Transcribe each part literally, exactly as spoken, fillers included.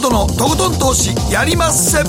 誠のとことん投資やりまっせ。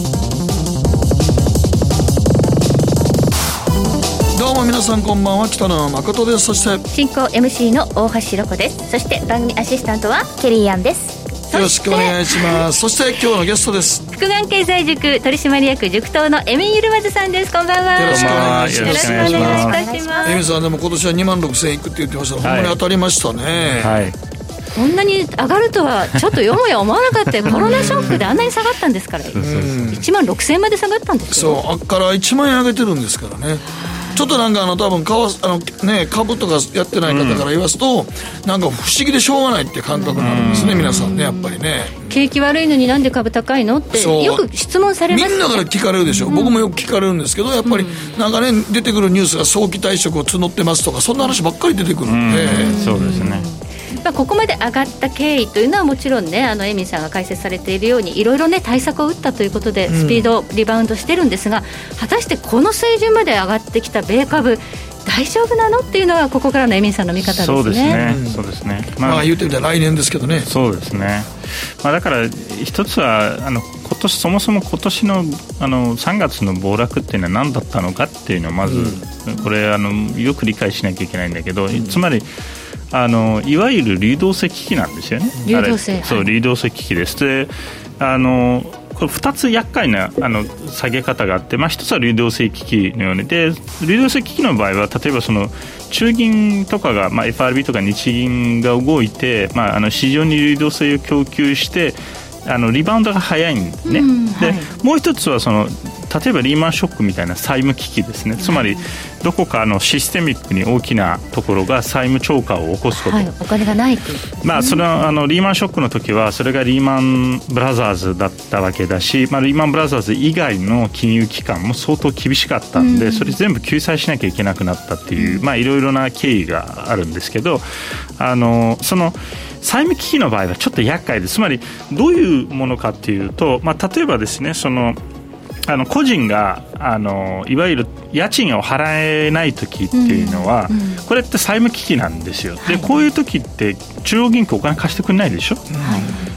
どうも皆さんこんばんは、北野誠です。そして進行 エムシー の大橋ロコです。そして番組アシスタントはケリーアンです。 よろしくお願いします。そして今日のゲストです。 福眼経済塾取締役塾頭のエミゆるまずさんです。こんばんは。 よろしくお願いします。 よろしくお願いします。 エミさんでも今年はにまんろくせんいくって言ってましたが、はい、ほんまに当たりましたね。 はい、 こんなに上がるとはちょっとよもや思わなかったコロナショックであんなに下がったんですから。いちまんろくせんまで下がったんですよ。 そう、あっからいちまんえん上げてるんですからね。ちょっとなんかあの多分為あの、ね、株とかやってない方から言わすと、うん、なんか不思議でしょうがないって感覚になるんですね、皆さんね、やっぱりね。 景気悪いのになんで株高いのってよく質問されます。 みんなから聞かれるでしょ、うん、僕もよく聞かれるんですけど、やっぱりなんかね、出てくるニュースが早期退職を募ってますとか、そんな話ばっかり出てくるんで、 うん、そうですね。 まあ、ここまで上がった経緯というのはもちろんね、あのエミンさんが解説されているようにいろいろね対策を打ったということでスピードリバウンドしてるんですが、うん、果たしてこの水準まで上がってきた米株大丈夫なのっていうのがここからのエミンさんの見方ですね。 そうですね、うん、そうですね、 まあ、まあ、言ってみたら来年ですけどね。 そうですね、まあ、だから一つはあの今年そもそも今年 の, あのさんがつの暴落っていうのは何だったのかっていうのをまず、うん、これあのよく理解しなきゃいけないんだけど、うん、つまりあのいわゆる流動性危機なんですよね。 流動性、 そう、 はい、 流動性危機です。で、あのこれふたつ厄介なあの下げ方があって、まあ、ひとつは流動性危機のようにで、流動性危機の場合は例えばその中銀とかが、まあ、エフアールビー とか日銀が動いて、まあ、あの市場に流動性を供給してあのリバウンドが早いんですね、うんはい、でもう一つはその例えばリーマンショックみたいな債務危機ですね。つまりどこかのシステミックに大きなところが債務超過を起こすこと、はい、 お金がないという、 まあ、それはあのリーマンショックの時はそれがリーマンブラザーズだったわけだし、まあ、リーマンブラザーズ以外の金融機関も相当厳しかったんで、うん、それ全部救済しなきゃいけなくなったっていう、まあ、いろいろな経緯があるんですけど、あのその債務危機の場合はちょっと厄介です。つまりどういうものかっていうと、まあ、例えばですね、そのあの個人があのいわゆる家賃を払えない時っていうのは、うんうん、これって債務危機なんですよ、はい、でこういう時って中央銀行お金貸してくれないでしょ、はい、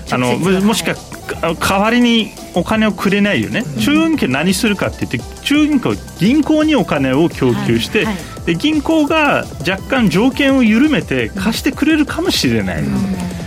あのもしくは代わりにお金をくれないよね、うん、中央銀行何するかって言って、中央銀行は銀行にお金を供給して、はいはい、で銀行が若干条件を緩めて貸してくれるかもしれない、うん、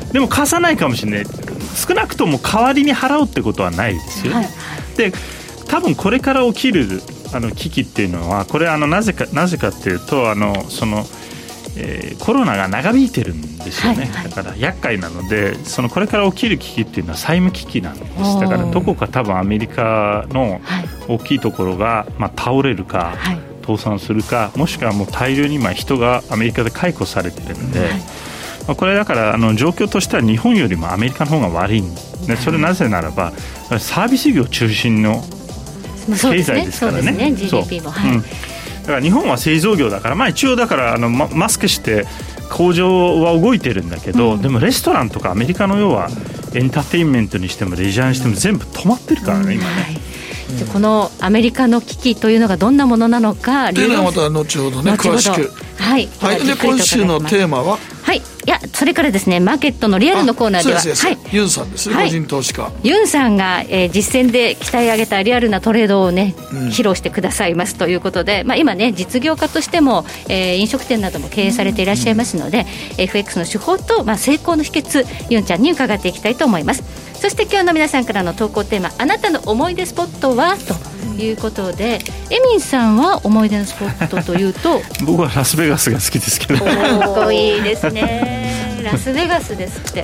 でも貸さないかもしれない。少なくとも代わりに払うってことはないですよ、はい、で多分これから起きるあの危機っていうのはこれあのなぜかなぜかっていうとあのその、えー、コロナが長引いてるんですよね、はいはい、だから厄介なので、そのこれから起きる危機っていうのは債務危機なんです。だからどこか多分アメリカの大きいところが、まあ、倒れるか、はい、倒産するか、もしくはもう大量に今人がアメリカで解雇されてるんで、はい、まあ、これだからあの状況としては日本よりもアメリカの方が悪いんで、それなぜならばサービス業中心の経済ですからね。そうですね、ジーディーピー も、はい、うん、だから日本は製造業だから、まあ、一応だからあの マ, マスクして工場は動いてるんだけど、うん、でもレストランとかアメリカの要はエンターテインメントにしてもレジャーにしても全部止まってるからね、うん、今ね、はい、 うん、このアメリカの危機というのがどんなものなのかというのはまた後ほどね詳しく、 はい、 はい、で今週のテーマは、 はい、いやそれからですね、マーケットのリアルのコーナーでは、 そうです、はい、ユンさんですね、はい、個人投資家ユンさんが、えー、実践で鍛え上げたリアルなトレードをね、うん、披露してくださいますということで、まあ、今ね実業家としても、えー、飲食店なども経営されていらっしゃいますので、うん、エフエックス の手法と、まあ、成功の秘訣ユンちゃんに伺っていきたいと思います。そして今日の皆さんからの投稿テーマ、あなたの思い出スポットはということで、エミンさんは思い出のスポットというと僕はラスベガスが好きですけどかっこいいですねラスベガスですって、はい、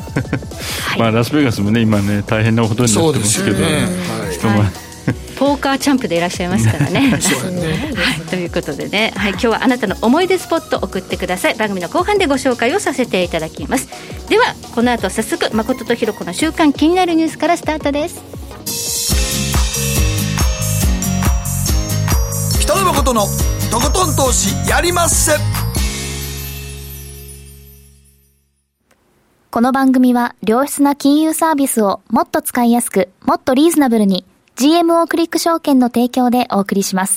まあ、ラスベガスもね今ね大変なことになってますけど、ね、人も、はい、 ポーカーチャンプでいらっしゃいますからねそうね、はい、ということでね、はい、今日はあなたの思い出スポット送ってください。番組の後半でご紹介をさせていただきます。ではこの後早速誠とひろ子の週刊気になるニュースからスタートです。 北野誠のとことん投資やりまっせ。 この番組は良質な金融サービスをもっと使いやすくもっとリーズナブルに ジーエムオー クリック証券の提供でお送りします。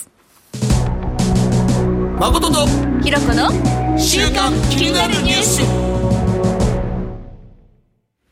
誠とひろ子の週刊気になるニュース。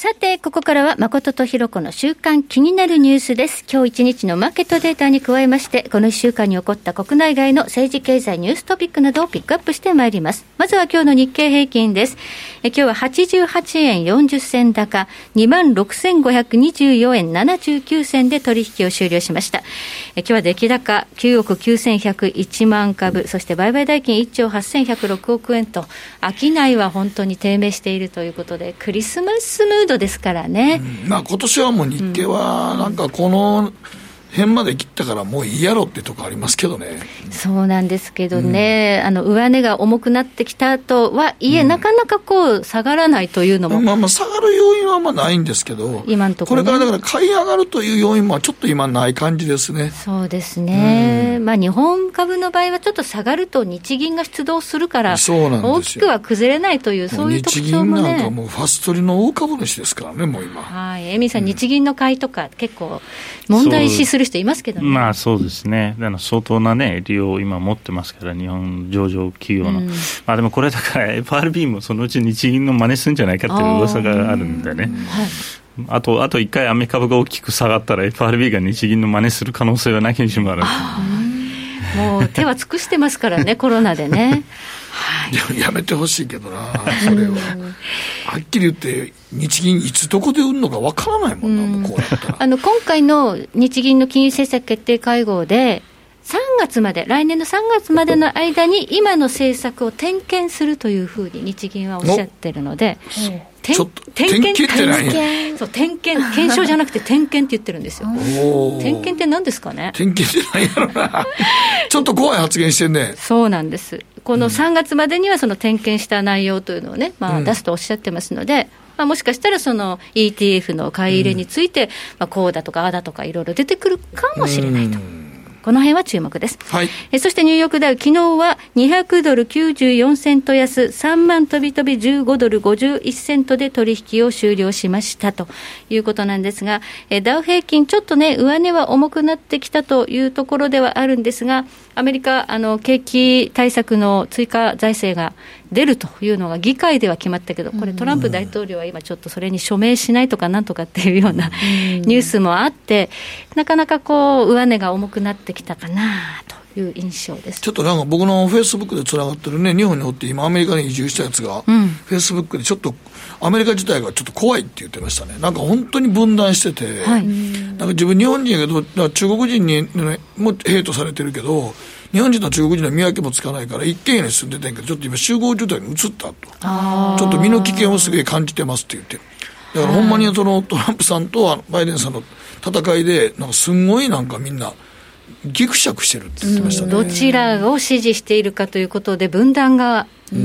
さてここからは誠とひろ子の週間気になるニュースです。今日一日のマーケットデータに加えまして、このいっしゅうかんに起こった国内外の政治経済ニューストピックなどをピックアップしてまいります。まずは今日の日経平均です。え今日ははちじゅうはちえんよんじゅっせん高 にまんろくせんごひゃくにじゅうよんえんななじゅうきゅうせんで取引を終了しました。え今日は出来高きゅうおくきゅうせんひゃくいちまんかぶ、そして売買代金いっちょうはっせんひゃくろくおくえんと、商いは本当に低迷しているということで、クリスマスムードですからね。 うん、まあ、今年はもう日経はなんかこの辺まで切ったからもういいやろってとこありますけどね。 そうなんですけどね、うん、あの上値が重くなってきたとはいえ、うん、なかなかこう下がらないというのも、 まあ、まあ下がる要因はまあないんですけど、 今のところ、ね、 これからだから買い上がるという要因もちょっと今ない感じですね。 そうですね、うん、まあ、日本株の場合はちょっと下がると日銀が出動するから大きくは崩れないという、そういう特徴もね。 日銀なんかもうファストリの大株主ですからね、もう今。 はい、エミさん、うん、日銀の買いとか結構問題視する人いますけどね。 まあそうですね、あの相当な、ね、利用を今持ってますから、日本上場企業の、うん、まあ、でもこれだから エフアールビー もそのうち日銀の真似するんじゃないかっていう噂があるんでね、あ, あとあといっかいアメ株が大きく下がったら エフアールビー が日銀の真似する可能性はなきにしもある。 もう手は尽くしてますからねコロナでね。 はい、やめてほしいけどな、それははっきり言って日銀いつどこで売るのかわからないもんな、うん、もうこうやったら。 あの今回の日銀の金融政策決定会合でさんがつまで、来年のさんがつまでの間に今の政策を点検するというふうに日銀はおっしゃってるので、 ちょっと点検って何？ そう、点検、検証じゃなくて点検って言ってるんですよ。点検って何ですかね。 点検って何やろな。ちょっと怖い発言してんね。 そうなんです。このさんがつまでにはその点検した内容というのをね、まあ、出すとおっしゃってますので、うん、まあ、もしかしたらその イーティーエフ の買い入れについて、うん、まあ、こうだとかああだとかいろいろ出てくるかもしれないと。うん、この辺は注目です。 はい、 えそしてニューヨークダウ、昨日はにひゃくドルきゅうじゅうよんセント安、さんまん飛び飛びじゅうごドルごじゅういちセントで取引を終了しましたということなんですが、えダウ平均ちょっとね、上値は重くなってきたというところではあるんですが、アメリカ、あの景気対策の追加財政が出るというのが議会では決まったけど、これトランプ大統領は今ちょっとそれに署名しないとかなんとかっていうようなニュースもあって、なかなかこう上値が重くなってきたかなという印象です。 ちょっとなんか僕のフェイスブックでつながってるね、日本におって今アメリカに移住したやつが、うん、フェイスブックでちょっとアメリカ自体がちょっと怖いって言ってましたね。なんか本当に分断してて、はい、なんか自分日本人やけど中国人に、ね、もヘイトされてるけど、日本人と中国人の見分けもつかないから一軒家に住んでたんやけど、ちょっと今集合住宅に移ったと、ちょっと身の危険をすげえ感じてますって言って、だからほんまにそのトランプさんとバイデンさんの戦いでなんかすんごいなんかみんなギクシャクしてるって言ってましたね。 どちらを支持しているかということで分断が、うん、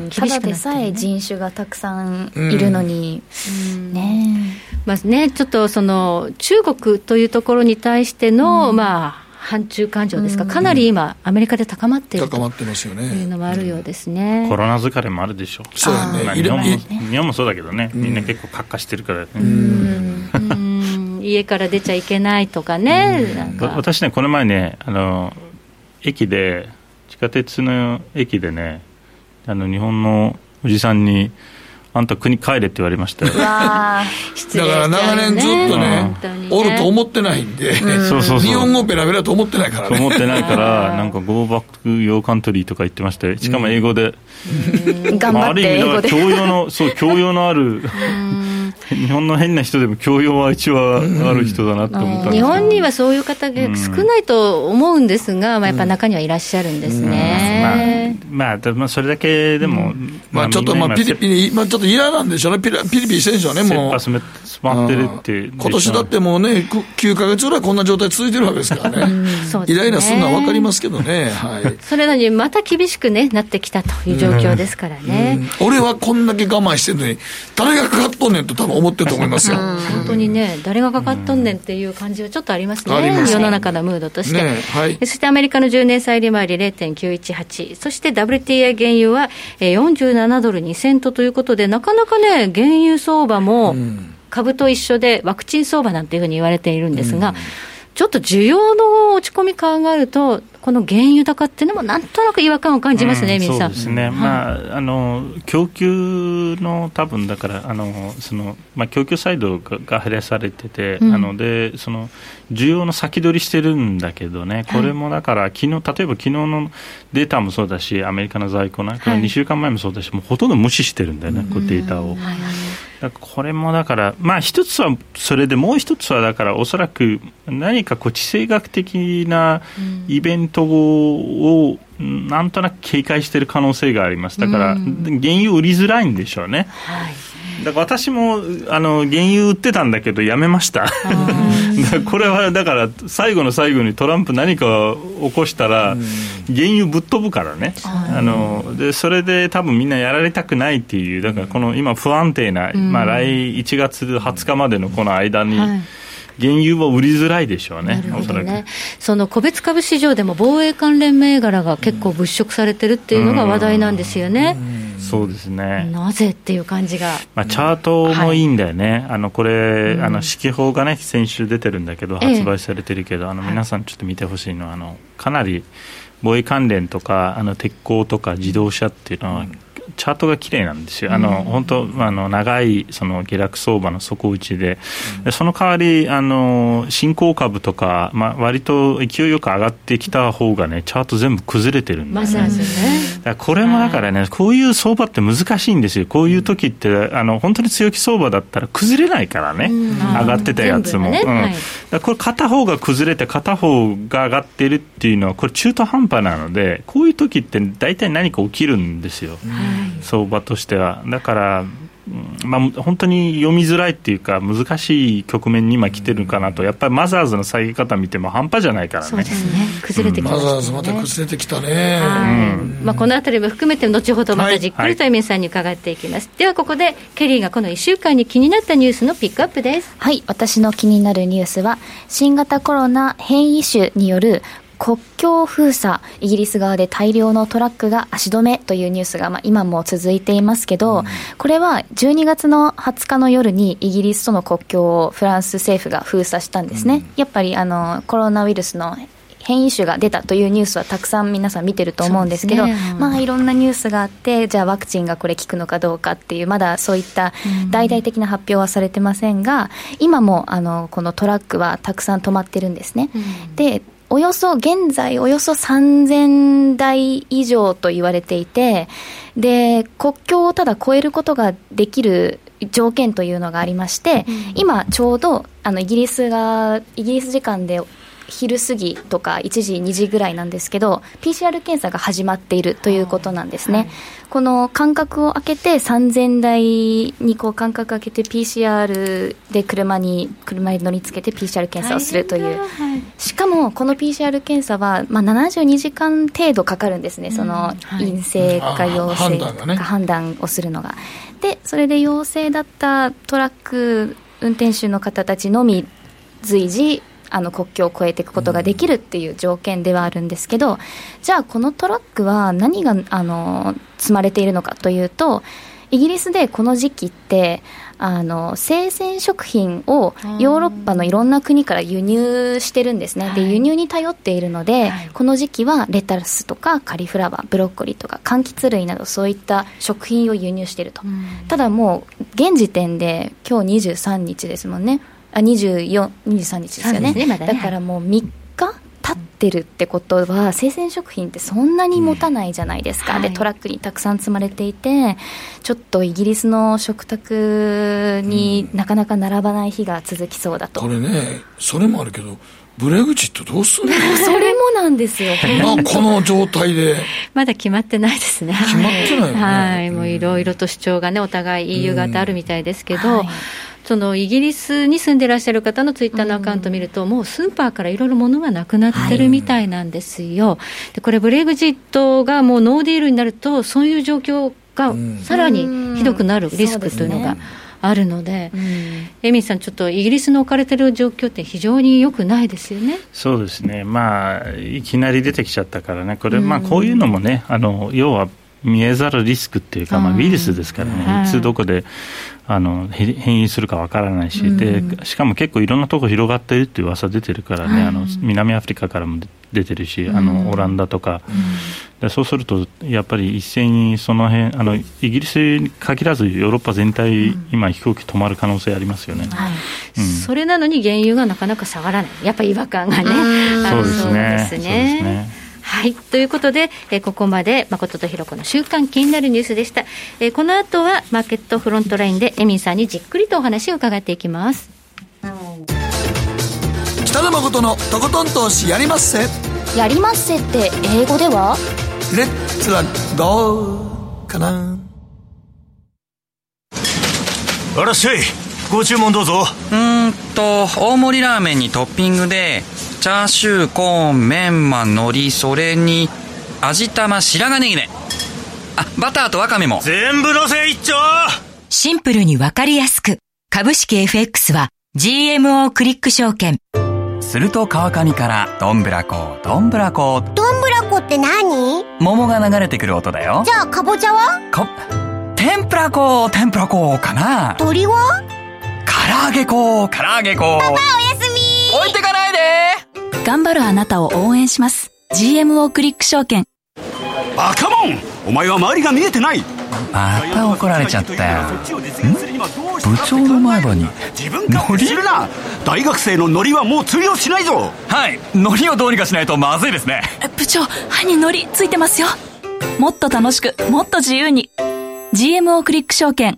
ただでさえ人種がたくさんいるのに、うんねまあね、ちょっとその中国というところに対しての、うん、まあ反中感情ですか、かなり今アメリカで高まっているというのもあるようですね。 コロナ疲れもあるでしょう。 そうやね、 まあ、日本も日本もそうだけどね、みんな結構カッカしてるからね。 うんうん家から出ちゃいけないとかね。なんか私ね、この前ね、あの駅で地下鉄の駅でね、あの日本のおじさんにあんた国帰れって言われましたよ。 わだから長年ずっとね、うん、おると思ってないんで、うん、 そうそうそう、 日本語ペラペラと思ってないからね。 思ってないからなんかゴーバックヨーカントリーとか言ってまして、しかも英語で、 うん、頑張って英語で、 教養のそう教養のある日本の変な人でも教養は一応ある人だなと思ったんですけど、 日本にはそういう方が少ないと思うんですが、まあ、やっぱ中にはいらっしゃるんですね。 うんうんまあまあ、まあそれだけでも、うんまあ、ちょっとまあピリピリ、まあ、ちょっと嫌なんでしょうね、ピリピリピリしてるんでしょうね、もう切羽詰まってるって今年だってもうねきゅうかげつぐらいこんな状態続いてるわけですからね、うんそうですね、イライラするのは分かりますけどね、はい、 それなのにまた厳しく、ね、なってきたという状況ですからね、 うんうん、俺はこんだけ我慢してるのに誰がかかっとんねんと多分思ってると思いますよ、うん、 本当にね、誰がかかっとんねんっていう感じはちょっとありますね、うん、世の中のムードとして、ねはい、そしてアメリカのじゅうねん債利回り ゼロてんきゅういちはち、 そして ダブリューティーアイ 原油はよんじゅうななドルにセントということで、なかなかね原油相場も株と一緒でワクチン相場なんていうふうに言われているんですが、 ちょっと需要の落ち込み考えると、この原油高っていうのもなんとなく違和感を感じますね、 うん、 皆さん。 そうですね、はい、まあ、あの供給の多分だからあのその、まあ、供給サイドがが減らされてて、うん、あのでその需要の先取りしてるんだけどね、これもだから昨日、例えば昨日のデータもそうだし、アメリカの在庫ね、これにしゅうかんまえもそうだし、もうほとんど無視してるんだよね、こうデータを。はいはい、だからこれもだから、まあ、一つはそれで、もう一つはだからおそらく何かこう地政学的なイベントをなんとなく警戒している可能性があります。だから原油売りづらいんでしょうね。はい、だから私もあの原油売ってたんだけどやめました。だからこれはだから最後の最後にトランプ何か起こしたら原油ぶっ飛ぶからね。あのでそれで多分みんなやられたくないっていう、だからこの今不安定な、まあ、来いちがつはつかまでのこの間に、はい、原油は売りづらいでしょうね。 なるほどね。その個別株市場でも防衛関連銘柄が結構物色されてるっていうのが話題なんですよね。 うそうですね。 なぜっていう感じが、 まあ、チャートもいいんだよね。はい、あのこれ、うん、あの指揮法がね先週出てるんだけど発売されてるけど、ええ、あの皆さんちょっと見てほしいのは、あのかなり防衛関連とかあの鉄鋼とか自動車っていうのは、うん、チャートが綺麗なんですよ。あの、うん、本当あの長いその下落相場の底打ちで、うん、でその代わりあの新興株とか、まあ、割と勢いよく上がってきた方がねチャート全部崩れてるんだよね。まずね、だからこれもだからね、はい、こういう相場って難しいんですよ。こういう時ってあの本当に強気相場だったら崩れないからね、うん、上がってたやつも、ね、うん、はい、だからこれ片方が崩れて片方が上がってるっていうのはこれ中途半端なので、こういう時って大体何か起きるんですよ、はい、相場としては。だから、まあ、本当に読みづらいっていうか難しい局面に今来てるかなと。やっぱりマザーズの下げ方見ても半端じゃないからね。 そうですね、崩れてきましたね、 うん、マザーズまた崩れてきたね。 うん、まあ、このあたりも含めて後ほどまたじっくりとエミンさんに伺っていきます、はいはい、ではここでケリーがこのいっしゅうかんに気になったニュースのピックアップです。 はい、私の気になるニュースは新型コロナ変異種による国境封鎖、イギリス側で大量のトラックが足止めというニュースが、まあ、今も続いていますけど、うん、これはじゅうにがつのはつかの夜にイギリスとの国境をフランス政府が封鎖したんですね、うん、やっぱりあのコロナウイルスの変異種が出たというニュースはたくさん皆さん見てると思うんですけど、ね、まあ、いろんなニュースがあって、じゃあワクチンがこれ効くのかどうかっていう、まだそういった大々的な発表はされてませんが、今もあのこのトラックはたくさん止まってるんですね、うん、でおよそ現在およそさんぜんだい以上と言われていて、で国境をただ越えることができる条件というのがありまして、うん、今ちょうどあのイギリスがイギリス時間で昼過ぎとかいちじにじぐらいなんですけど ピーシーアール 検査が始まっているということなんですね、はい、この間隔を空けてさんぜんだいにこう間隔を空けて ピーシーアール で車に車に乗りつけて ピーシーアール 検査をするという、はい、しかもこの ピーシーアール 検査は、まあ、ななじゅうにじかん程度かかるんですね、その陰性か陽性か判断をするのが。でそれで陽性だったトラック運転手の方たちのみ随時あの国境を越えていくことができるっていう条件ではあるんですけど、じゃあこのトラックは何があの積まれているのかというと、イギリスでこの時期ってあの生鮮食品をヨーロッパのいろんな国から輸入してるんですね。で輸入に頼っているので、はい、この時期はレタスとかカリフラワー、ブロッコリーとか柑橘類などそういった食品を輸入していると。ただもう現時点で今日にじゅうさんにちですもんね。あにじゅうよん、にじゅうさんにちですよね。ね、まだね、だからもうみっか経ってるってことは生鮮食品ってそんなに持たないじゃないですか、うん、でトラックにたくさん積まれていて、ちょっとイギリスの食卓になかなか並ばない日が続きそうだと、 これね、それもあるけどブレグジットどうするのそれもなんですよまあこの状態でまだ決まってないですね。 決まってないよね、 はい、もういろいろと主張がねお互い イーユー 型あるみたいですけど、うん、はい、そのイギリスに住んでいらっしゃる方のツイッターのアカウントを見ると、うん、もうスーパーからいろいろ物がなくなってるみたいなんですよ、はい、でこれブレグジットがもうノーディールになるとそういう状況がさらにひどくなるリスクというのがあるので、うん、エミンさん、ちょっとイギリスの置かれている状況って非常に良くないですよね。 そうですね、まあ、いきなり出てきちゃったからね、これ、うん、まあ、こういうのもね、あの要は見えざるリスクっていうか、まあ、ウイルスですからね、いつどこであの変異するかわからないし、うん、でしかも結構いろんなとこ広がっているっていう噂出てるからね、うん、あの南アフリカからも出てるし、うん、あのオランダとか、うん、でそうするとやっぱり一斉にその辺あのイギリスに限らずヨーロッパ全体、うん、今飛行機止まる可能性ありますよね、はいうん、それなのに原油がなかなか下がらない、やっぱり違和感がね、 そうですね、そうですね。 はい、ということで、えー、ここまで誠とひろ子の週刊気になるニュースでした。えー、この後はマーケットフロントラインでエミンさんにじっくりとお話を伺っていきます。 北野誠のとことん投資やりまっせ。 やりまっせって英語ではレッツラゴーかな。 あらっしゃい、ご注文どうぞ。 うーんと大盛りラーメンにトッピングでチャーシュー、コーン、メンマ、海苔、それに味玉、白髪ネギね。あ、バターとワカメも全部のせ一丁。 シンプルにわかりやすく、株式 エフエックス は ジーエムオー クリック証券。 すると川上からどんぶらこどんぶらこ。 どんぶらこって何？ 桃が流れてくる音だよ。 じゃあかぼちゃは？ か天ぷらこ天ぷらこかな。 鳥は？ 唐揚げこ唐揚げこ。 パパおやすみ。 置いてかないで。 頑張るあなたを応援します。 ジーエムオー クリック証券。 バカモン、お前は周りが見えてない。 また怒られちゃったよ。ん？部長の前歯に自分勝手するな。大学生のノリはもう通用しないぞ。 はい、ノリをどうにかしないとまずいですね。 部長、歯にノリついてますよ。もっと楽しく、もっと自由に ジーエムオー クリック証券。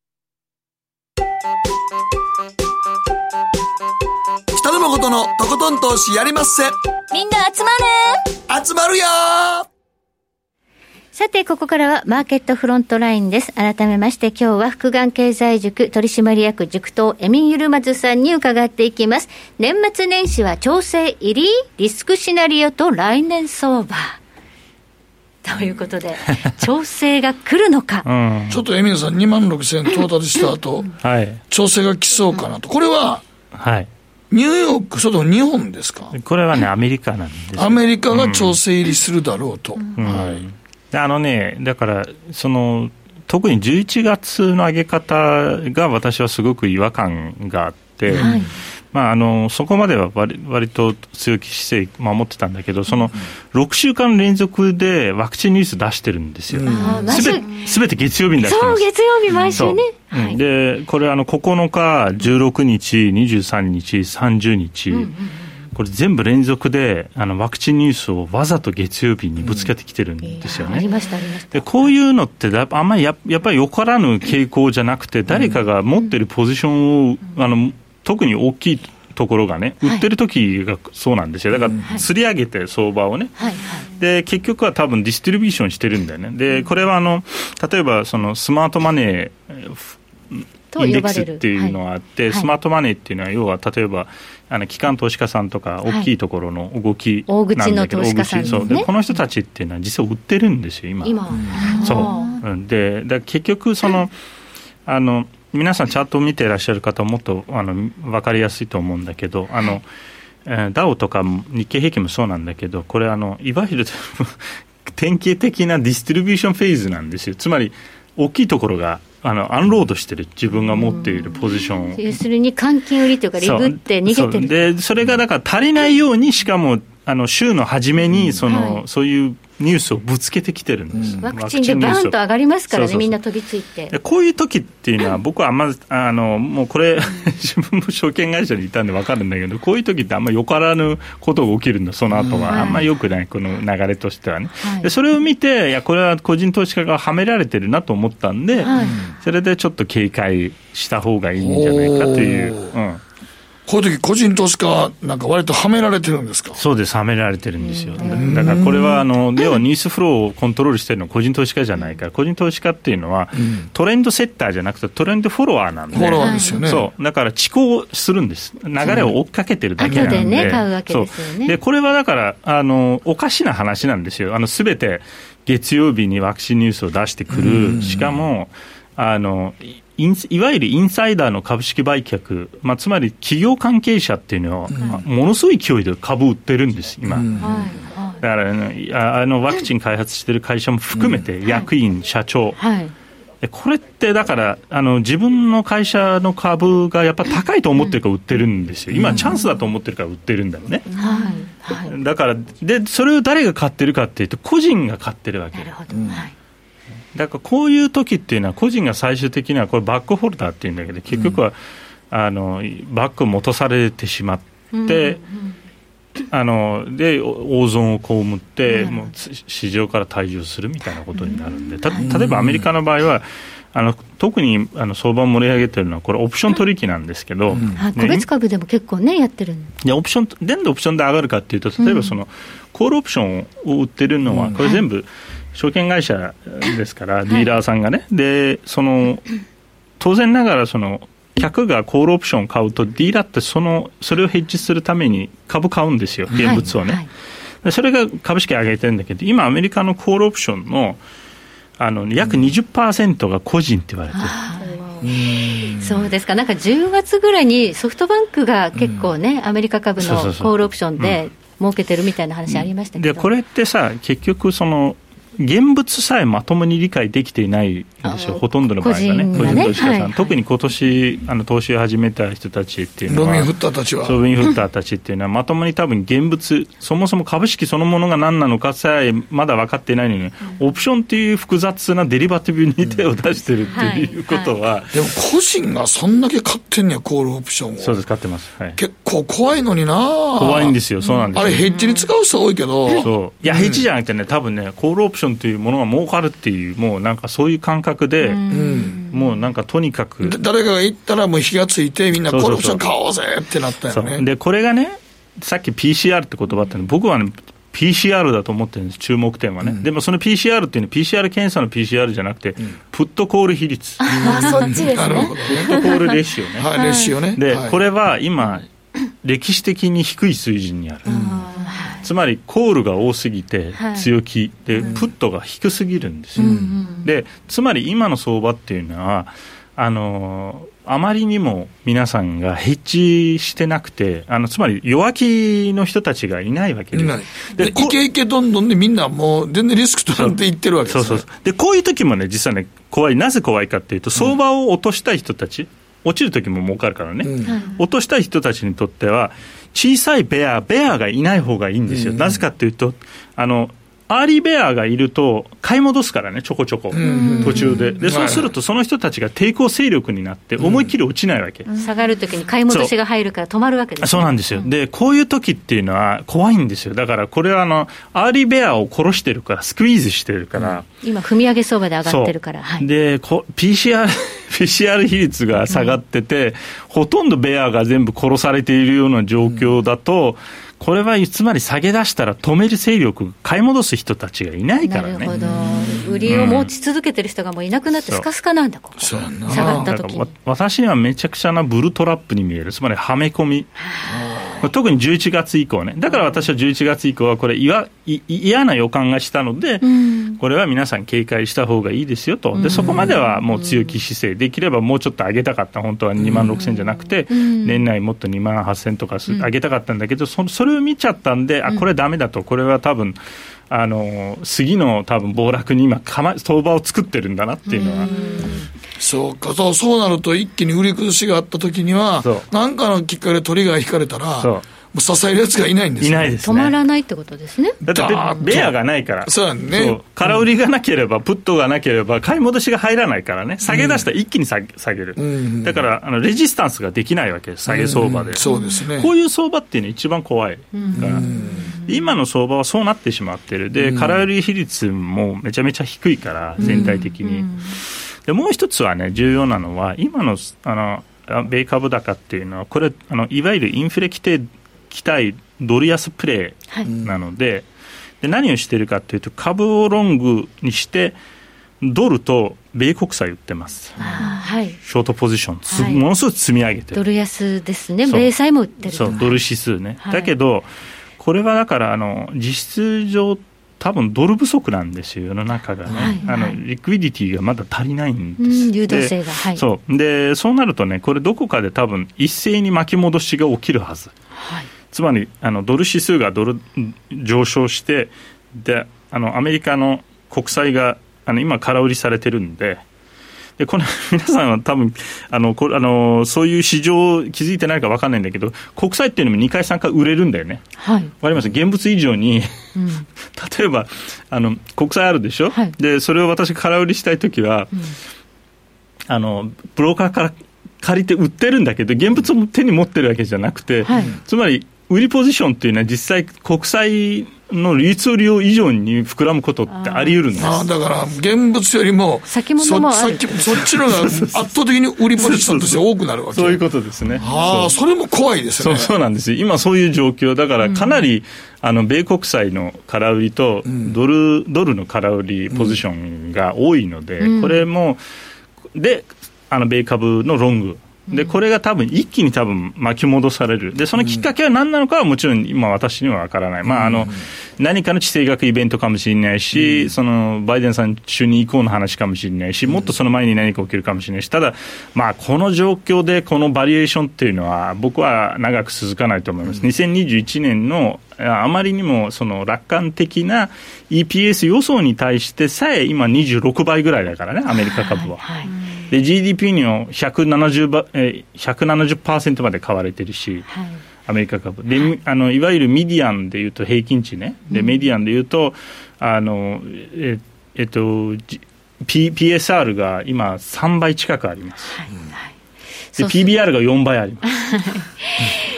北野誠のとことん投資やりまっせ。 みんな集まれ。集まるよ。 さてここからはマーケットフロントラインです。改めまして今日は福眼経済塾取締役塾頭エミン・ユルマズさんに伺っていきます。年末年始は調整入り、リスクシナリオと来年相場ということで調整が来るのか、うん、 ちょっとエミンさんにまんろくせん到達した後、はい、調整が来そうかなと。これは、はい、ニューヨーク、それとも日本ですか？ これはねアメリカなんです。 アメリカが調整入りするだろうと、うんうんはい、 あのね、だからその特にじゅういちがつの上げ方が私はすごく違和感があって、はいまあ、あのそこまでは 割, 割と強気姿勢守ってたんだけど、そのろくしゅうかん連続でワクチンニュース出してるんですよ。すべて月曜日に出してます。 そう月曜日毎週ね、 はい、でこれあのここのか、じゅうろくにち、にじゅうさんにち、さんじゅうにち、うんうん、これ全部連続であのワクチンニュースをわざと月曜日にぶつけてきてるんですよね、うん、 ありましたありました。 でこういうのってあんまり や, やっぱりよからぬ傾向じゃなくて、誰かが持ってるポジションを、うん、あの特に大きいところがね、売ってる時がそうなんですよ。だから吊り上げて相場をね、はいはい、で結局は多分ディストリビューションしてるんだよね。でこれはあの例えばそのスマートマネーインデックスっていうのがあって、はい、スマートマネーっていうのは要は例えばあの機関投資家さんとか大きいところの動きなんだけど、はい、大口の投資家さんですね。そうでこの人たちっていうのは実は売ってるんですよ今。今、うん、そうでだ結局そのあの皆さんチャートを見ていらっしゃる方はもっとあの分かりやすいと思うんだけど、あの、えー、ダウとか日経平均もそうなんだけど、これあのいわゆる典型的なディストリビューションフェーズなんですよ。つまり大きいところがあのアンロードしてる、自分が持っているポジションを、 要するに換金売りというかリブって逃げてる。 そうそうでそれがだから足りないように、しかもあの週の初めにその、うんはい、そういうニュースをぶつけてきてるんです、 うん、ワクチンでバーンと上がりますからね。そうそうそう、みんな飛びついて。 こういう時っていうのは僕はあんまあのもうこれ自分も証券会社にいたんで分かるんだけど、こういう時ってあんまりよからぬことが起きるんだ。その後はあんまり良くない、この流れとしてはね、はい、でそれを見て、いやこれは個人投資家がはめられてるなと思ったんで、はい、それでちょっと警戒した方がいいんじゃないかという、うん、 こういう時個人投資家なんか割とはめられてるんですか？ そうです、はめられてるんですよ。だからこれはあの要はニュースフローをコントロールしてるのは個人投資家じゃないから、個人投資家っていうのはトレンドセッターじゃなくてトレンドフォロワーなんで、 フォロワーですよね。 そうだから遅行するんです。流れを追っかけてるだけなんで、 後でね買うわけですよね。 そうでこれはだからあのおかしな話なんですよ。あの全て月曜日にワクチンニュースを出してくる、しかもあのインいわゆるインサイダーの株式売却、まあ、つまり企業関係者っていうのは、うん、ものすごい勢いで株を売ってるんです今、うん、 だから、ね、あのワクチン開発してる会社も含めて、役員、うん、社長、はい、これってだからあの自分の会社の株がやっぱ高いと思ってるから売ってるんですよ。今チャンスだと思ってるから売ってるんだよね、はいはい、だからでそれを誰が買ってるかっていうと個人が買ってるわけ。なるほど、はい、だからこういう時っていうのは個人が最終的にはこれバックホルダーっていうんだけど結局は、うん、あのバックを持たされてしまって、うんうん、あので大損を被って、うん、もう市場から退場するみたいなことになるんで、た例えばアメリカの場合はあの特にあの相場を盛り上げてるのはこれオプション取引なんですけど、うんはい、個別株でも結構ねやってるんで、オプションなんでオプションで上がるかっていうと、例えばその、うん、コールオプションを売ってるのはこれ全部証券会社ですから、うん、ディーラーさんがね、はい、でその当然ながらその客がコールオプションを買うとディーラーってそのそれをヘッジするために株買うんですよ、現物をね、はいはい、それが株式上げてるんだけど、今アメリカのコールオプションのあの約 にじゅっパーセント が個人って言われてる、 うん、そうですか。なんかじゅうがつぐらいにソフトバンクが結構ね、うん、アメリカ株のコールオプションで儲けてるみたいな話ありましたけど、 でこれってさ結局その現物さえまともに理解できていないんですよ、ほとんどの場合がね、個人投資家さん、はいはい、特に今年あの投資を始めた人たちっていうのは、 ロビンフッターたちは、 ロビンフッターたちっていうのはまともに多分現物、そもそも株式そのものが何なのかさえまだ分かっていないのに、オプションっていう複雑なデリバティブに手を出してるっていうことは、うんはいはい、 でも個人がそんだけ買ってんねや、コールオプションを。 そうです、買ってます、はい、 結構怖いのにな。 怖いんですよ、そうなんですよ。 あれヘッジに使う人多いけど、 そういや、ヘッジじゃなくてね、多分ね、コールオプションというものがもう儲かるっていう、もうなんかそういう感覚で、うん、もうなんかとにかく誰かが言ったらもう火がついてみんなコールオプション買おうぜってなったよね。 でこれがね、さっき ピーシーアール って言葉って、ね、僕はね ピーシーアール だと思ってるんです、注目点はね、うん、でもその ピーシーアール っていうのは ピーシーアール 検査の ピーシーアール じゃなくて、うん、プットコール比率、 あそっちですね、なるほどね、 プットコールレシオね、 はい、レシオね。 で、 はい、 これは今歴史的に低い水準にある、うん、つまりコールが多すぎて強気、はい、でプットが低すぎるんですよ、うん、でつまり今の相場っていうのはあのあまりにも皆さんがヘッジしてなくて、あのつまり弱気の人たちがいないわけです。 で、いけいけどんどんでみんなもう全然リスク取らんていってるわけです、ね、そうそうそう。 でこういう時もね、実はね怖い。なぜ怖いかっていうと、相場を落としたい人たち、うん、落ちる時も儲かるからね、うん、落としたい人たちにとっては小さいベアベアがいない方がいいんですよ、うん、なぜかっていうと、あのアーリーベアがいると買い戻すからね、ちょこちょこ、うん、途中で。でそうするとその人たちが抵抗勢力になって思いっきり落ちないわけ、うん、 下がるときに買い戻しが入るから止まるわけです、ね、 そうなんですよ。でこういう時っていうのは怖いんですよ。だからこれはあのアーリーベアを殺してるから、スクイーズしてるから、 うん、今踏み上げ相場で上がってるから、はい、 でこ ピーシーアール ピーシーアール 比率が下がってて、うん、ほとんどベアが全部殺されているような状況だと、うんこれはつまり下げ出したら止める勢力、買い戻す人たちがいないからね。 なるほど、売りを持ち続けてる人がもういなくなってスカスカなんだ、ここ下がった時に。 私にはめちゃくちゃなブルトラップに見える、つまりはめ込み、特にじゅういちがつ以降ね。だから私はじゅういちがつ以降はこれ嫌な予感がしたので、うん、これは皆さん警戒した方がいいですよと。でそこまではもう強気姿勢、できればもうちょっと上げたかった。本当はにまんろくせんじゃなくて、うん、年内もっとにまんはっせんとか上げたかったんだけど、そそれを見ちゃったんで、あこれダメだと、これは多分あの次の多分暴落に今相場を作ってるんだなっていうのは。 そうか、そう、そうなると一気に売り崩しがあった時には何かのきっかけでトリガー引かれたらもう支えるやつがいないんですよ、ね、 いないですね。 止まらないってことですね。 だってベアがないから。 そうね。そう空売りがなければ、プットがなければ買い戻しが入らないからね。下げ出したら一気に下げ、下げる、うん、だからあのレジスタンスができないわけです、下げ相場で、うん、 そうですね。 こういう相場っていうのは一番怖いから、うん、今の相場はそうなってしまってる。で空売り比率もめちゃめちゃ低いから全体的に、うん、でもう一つはね、重要なのは今のあの米株高っていうのは、これあのいわゆるインフレ期待期待ドル安プレーなので、はい、で何をしているかというと、株をロングにしてドルと米国債売ってます、はい、ショートポジション、はい、ものすごく積み上げてる。 ドル安ですね。米債も売ってる。 そう、ドル指数ね、はい、だけどこれはだからあの実質上多分ドル不足なんですよ、世の中がね、はいはい、あのリクイディティがまだ足りないんです、 うん、流動性が、はい、 そうでそうなるとね、これどこかで多分一斉に巻き戻しが起きるはず、はい、 つまりあのドル指数がドル上昇してであのアメリカの国債があの今空売りされてるんで、でこれ皆さんは多分あのこあのそういう市場気づいてないか分かんないんだけど、国債っていうのもにかいさんかい売れるんだよね。 はい、 分かります。現物以上に、うん、例えばあの国債あるでしょ、はい、でそれを私空売りしたいときは、うん、あのブローカーから借りて売ってるんだけど現物を手に持ってるわけじゃなくて、はい、つまり売りポジションっていうのは実際国債の流通量以上に膨らむことってあり得るんです。 あだから現物よりも先物もあるそ, そっちのが圧倒的に売りポジションとして多くなるわけ。 そういうことですね。 あそれも怖いですね。 そうそうなんですよ。今そういう状況だからかなり、うん、あの米国債の空売りとドル、うん、ドルの空売りポジションが多いので、うん、これもであの米株のロングでこれが多分一気に多分巻き戻される。でそのきっかけは何なのかはもちろん今私には分からない。まああの何かの地政学イベントかもしれないし、うん、そのバイデンさん就任以降の話かもしれないし、もっとその前に何か起きるかもしれないし、ただまあこの状況でこのバリエーションっていうのは僕は長く続かないと思います。にせんにじゅういちねんのあまりにもその楽観的な イーピーエス 予想に対してさえ今にじゅうろくばいぐらいだからね、アメリカ株は。はいはい、で ジーディーピー のひゃくななじゅうばい、えー、ひゃくななじゅっパーセント まで買われてるし、はい、アメリカ株で、はい、あのいわゆるミディアンでいうと平均値ね、でメディアンでいうとあのええっと P、ピーエスアール が今さんばい近くあります。はいはい、で ピービーアール がよんばいあります。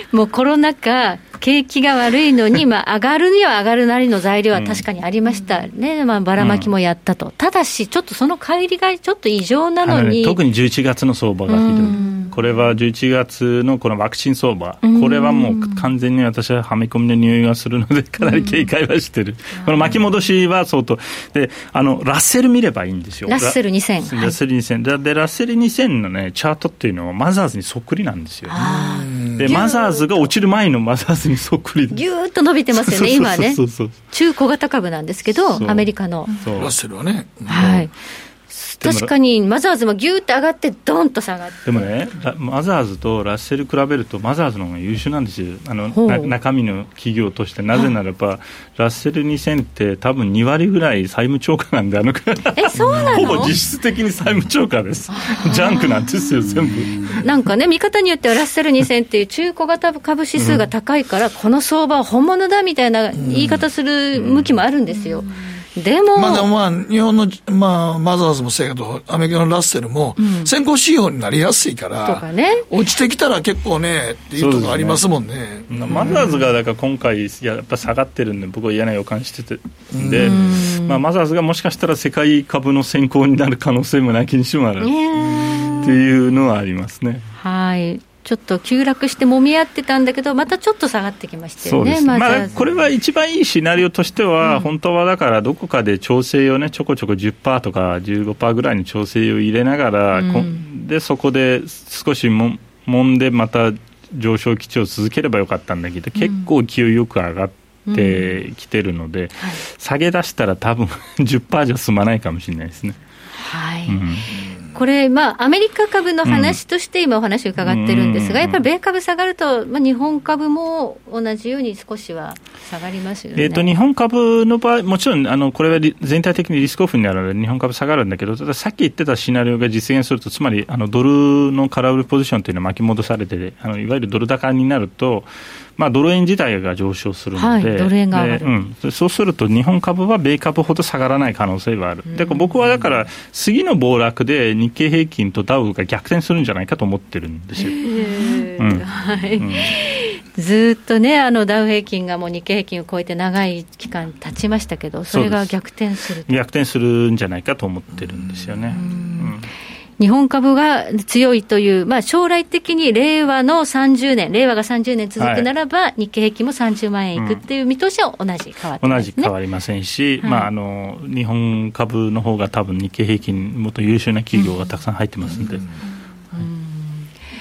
もうコロナ禍景気が悪いのに、まあ、上がるには上がるなりの材料は確かにありましたね、まあ、ばらまきもやったと、うん、ただしちょっとその乖離がちょっと異常なのに、 ね、特にじゅういちがつの相場がひどい、うん、これはじゅういちがつのこのワクチン相場、うん、これはもう完全に私ははめ込みの匂いがするのでかなり警戒はしてる、うん、この巻き戻しは相当で、あのラッセル見ればいいんですよ。 ラッセルにせん、 ラッセルにせんでラッセルにせんの、ね、チャートっていうのはマザーズにそっくりなんですよ。でマザーズが落ちる前のマザーズにそっくりぎゅーっと伸びてますよね今ね。中小型株なんですけどアメリカのラッセルはね、 はい、確かにマザーズもギューって上がってドンと下がって、 でもねマザーズとラッセル比べるとマザーズの方が優秀なんですよ、あのな中身の企業として。なぜならばラッセルにせんって多分にわりぐらい債務超過なんで、あのえそうなのほぼ実質的に債務超過です。ジャンクなんですよ全部。 なんかね見方によってはラッセルにせんっていう中小型株指数が高いから、うん、この相場は本物だみたいな言い方する向きもあるんですよ、うんうん、でも、 まあ、でもまあ日本の、まあ、マザーズもそうやけどアメリカのラッセルも先行指標になりやすいから、うんとかね、落ちてきたら結構ねっていうところありますもん ね, ね、 うん、マザーズがだから今回やっぱ下がってるんで僕は嫌な予感しててで、まあ、マザーズがもしかしたら世界株の先行になる可能性もなきにしもあるっていうのはありますね。 はい、ちょっと急落して揉み合ってたんだけどまたちょっと下がってきましたよね。 そうです、まあ、これは一番いいシナリオとしては、うん、本当はだからどこかで調整をねちょこちょこ じゅっパーセント とか じゅうごパーセント ぐらいに調整を入れながら、うん、でそこで少しも揉んでまた上昇基調を続ければよかったんだけど、うん、結構勢いよく上がってきてるので、うんはい、下げ出したら多分 じゅっパーセント じゃ済まないかもしれないですね。 はい、うん、これ、まあ、アメリカ株の話として今お話を伺ってるんですが、うん、やっぱり米株下がると、まあ、日本株も同じように少しは下がりますよね。 えーと、日本株の場合もちろんあのこれは全体的にリスクオフになるので日本株下がるんだけど、たださっき言ってたシナリオが実現すると、つまりあのドルの空売りポジションというのは巻き戻されて、あのいわゆるドル高になると、まあ、ドル円自体が上昇するので、はい、 ドル円が上がる、 うん、そうすると日本株は米株ほど下がらない可能性はある。で僕はだから次の暴落で日経平均とダウが逆転するんじゃないかと思ってるんですよ。うんはいうん、ずっとねあのダウ平均がもう日経平均を超えて長い期間経ちましたけど、それが逆転する逆転するんじゃないかと思ってるんですよね。うんうん日本株が強いという、まあ、将来的に令和のさんじゅうねん、令和がさんじゅうねん続くならば、はい、日経平均もさんじゅうまんえんいくっていう見通しは同じ変わってますね。 同じ変わりませんし、はいまあ、あの日本株の方が多分日経平均もっと優秀な企業がたくさん入ってますので、うんうんうん、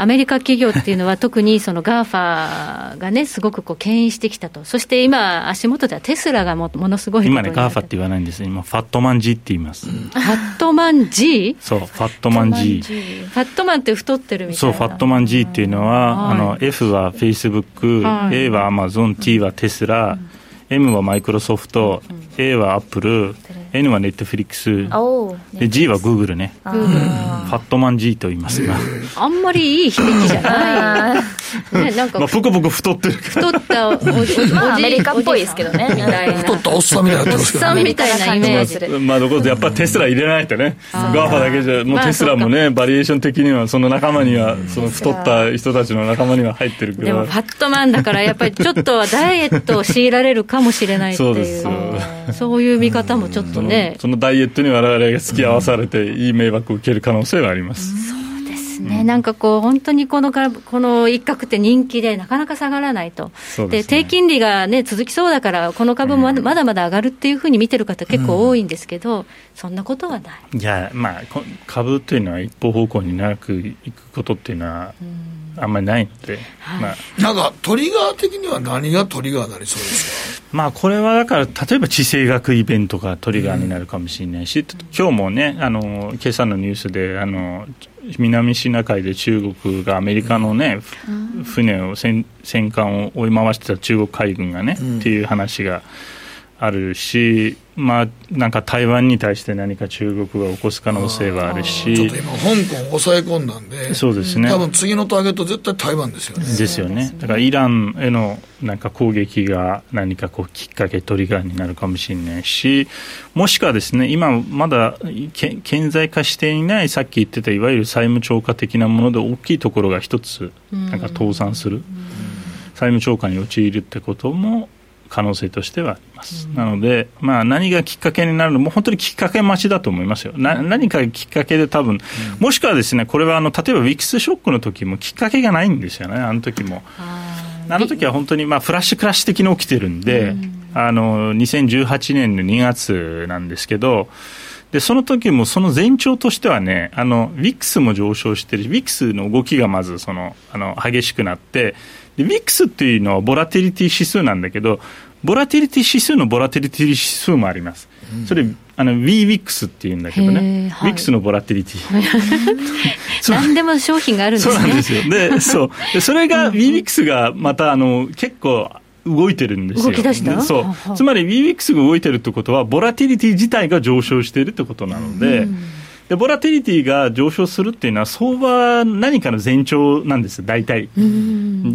アメリカ企業っていうのは特にその ガーファ がねすごくこう牽引してきたと。そして今足元ではテスラが も, ものすごい今ね ガーファ って言わないんです。今ファットマン G って言います、うん、 ファットマン G？ そうファットマン G。 ファットマンって太ってるみたいな。 そうファットマン G っていうのは、はい、あの F は Facebook、はい、A は Amazon、 T はテスラ、うん、M はマイクロソフト、うん、A はアップル、N はネットフリックスで G はグーグルね。ファットマン G と言いますがあんまりいい響きじゃない、ね、なんかまあポコポコ太ってる太ったおじまあアメリカっぽいですけどねみたいな太ったおっさんみたいなおっさんみたいなイメージで、 まあどこでやっぱテスラ入れないとね。ガーファだけじゃもうテスラもね、まあ、バリエーション的にはその仲間にはその太った人たちの仲間には入ってるけど、 でもファットマンだからやっぱりちょっとはダイエットを強いられるかもしれないっていう、そうですよ。そういう見方もちょっとね、 そのダイエットに我々が付き合わされていい迷惑を受ける可能性はあります、 うん、そうですね、うん、なんかこう本当にこのこの一角って人気でなかなか下がらないと。で、ね、低金利が、ね、続きそうだからこの株もまだまだ上がるっていうふうに見てる方結構多いんですけど、うん、そんなことはない。 いや、まあ、株というのは一方方向に長くいくことっていうのは、うん、あんまりないので、 はい、まあ、なんかトリガー的には何がトリガーになりそうですか。 まあ、これはだから例えば地政学イベントがトリガーになるかもしれないし、うん、今日もねあの今朝のニュースであの南シナ海で中国がアメリカのね、うん、船を 戦, 戦艦を追い回してた中国海軍がね、うん、っていう話があるし、まあ、なんか台湾に対して何か中国が起こす可能性はあるし、 ちょっと今香港抑え込んだんで、 そうですね、 多分次のターゲット絶対台湾ですよね。 ですよね。だからイランへのなんか攻撃が何かこうきっかけトリガーになるかもしれないし、もしくはですね今まだ顕在化していないさっき言ってたいわゆる債務超過的なもので大きいところが一つなんか倒産する、債務超過に陥るってことも可能性としてはあります、うん、なので、まあ、何がきっかけになるのも本当にきっかけ待ちだと思いますよ。な何かきっかけで多分、うん、もしくはですねこれはあの例えばウィックスショックの時もきっかけがないんですよね。あの時もあの時は本当にまあフラッシュクラッシュ的に起きてるんで、うん、あのにせんじゅうはちねんのにがつなんですけど、でその時もその前兆としてはねあのウィックスも上昇してるし、ウィックスの動きがまずそのあの激しくなって、でウィックスっていうのはボラティリティ指数なんだけど、ボラティリティ指数のボラティリティ指数もあります、うん、それあの ウィーウィックス っていうんだけどね、はい、ウィックスのボラティリティ何でも商品があるんですね。 そうなんですよ。でそうでそれが ウィーウィックス がまたあの結構動いてるんですよ。 動き出した。 そう、つまり ウィーウィックス が動いてるってことはボラティリティ自体が上昇しているってことなので、うん、でボラティリティが上昇するっていうのは相場何かの前兆なんです大体、うん、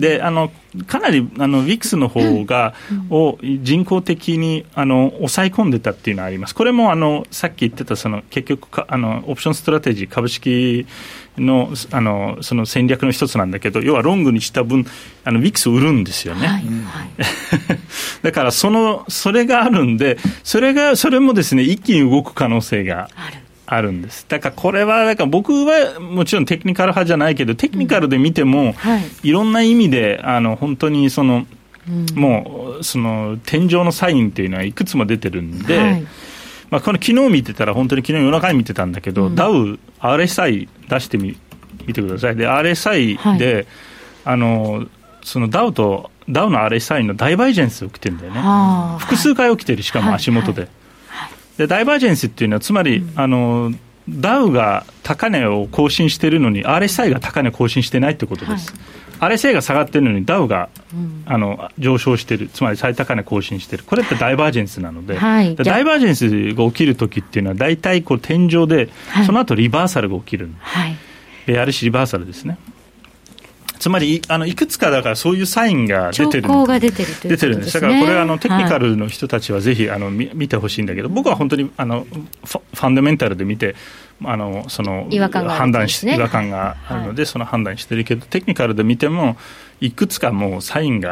であのかなりあの ウィックス の方が、うん、を人工的にあの抑え込んでたっていうのはあります。これもあのさっき言ってたその結局かあのオプションストラテジー株式 の, あのその戦略の一つなんだけど、要はロングにした分あの ウィックス を売るんですよね、はいはい、だからそのそれがあるんで、それがそれもですね一気に動く可能性があるあるんです。だからこれはだから僕はもちろんテクニカル派じゃないけど、テクニカルで見ても、うんはい、いろんな意味であの本当にその、うん、もうその天井のサインっていうのはいくつも出てるんで、はい、まあ、この昨日見てたら本当に昨日夜中に見てたんだけど、うん、ダウ アールエスアイ 出してみ見てください。で アールエスアイ で、はい、あのそのダウとダウの アールエスアイ のダイバージェンス起きてるんだよね。複数回起きてる、しかも足元で、はいはい、でダイバージェンスっていうのはつまり、うん、あのダウが高値を更新しているのに アールエスアイ が高値更新してないってことです、はい、アールエスアイ が下がっているのにダウが、うん、あの上昇している、つまり最高値更新している、これってダイバージェンスなので、はい、ダイバージェンスが起きるときっていうのは大体こう天井で、はい、その後リバーサルが起きる、はい、ベアリッシュリバーサルですね。つまりあのいくつかだからそういうサインが出てる、 兆候が出てるということですね。出てるんです。 だからこれはあのテクニカルの人たちはぜひあの 見, 見てほしいんだけど、僕は本当にあのフ ァ, ファンダメンタルで見てあのその違和感があるんですね。 判断し違和感があるので、はい、その判断してるけど、テクニカルで見てもいくつかもうサインが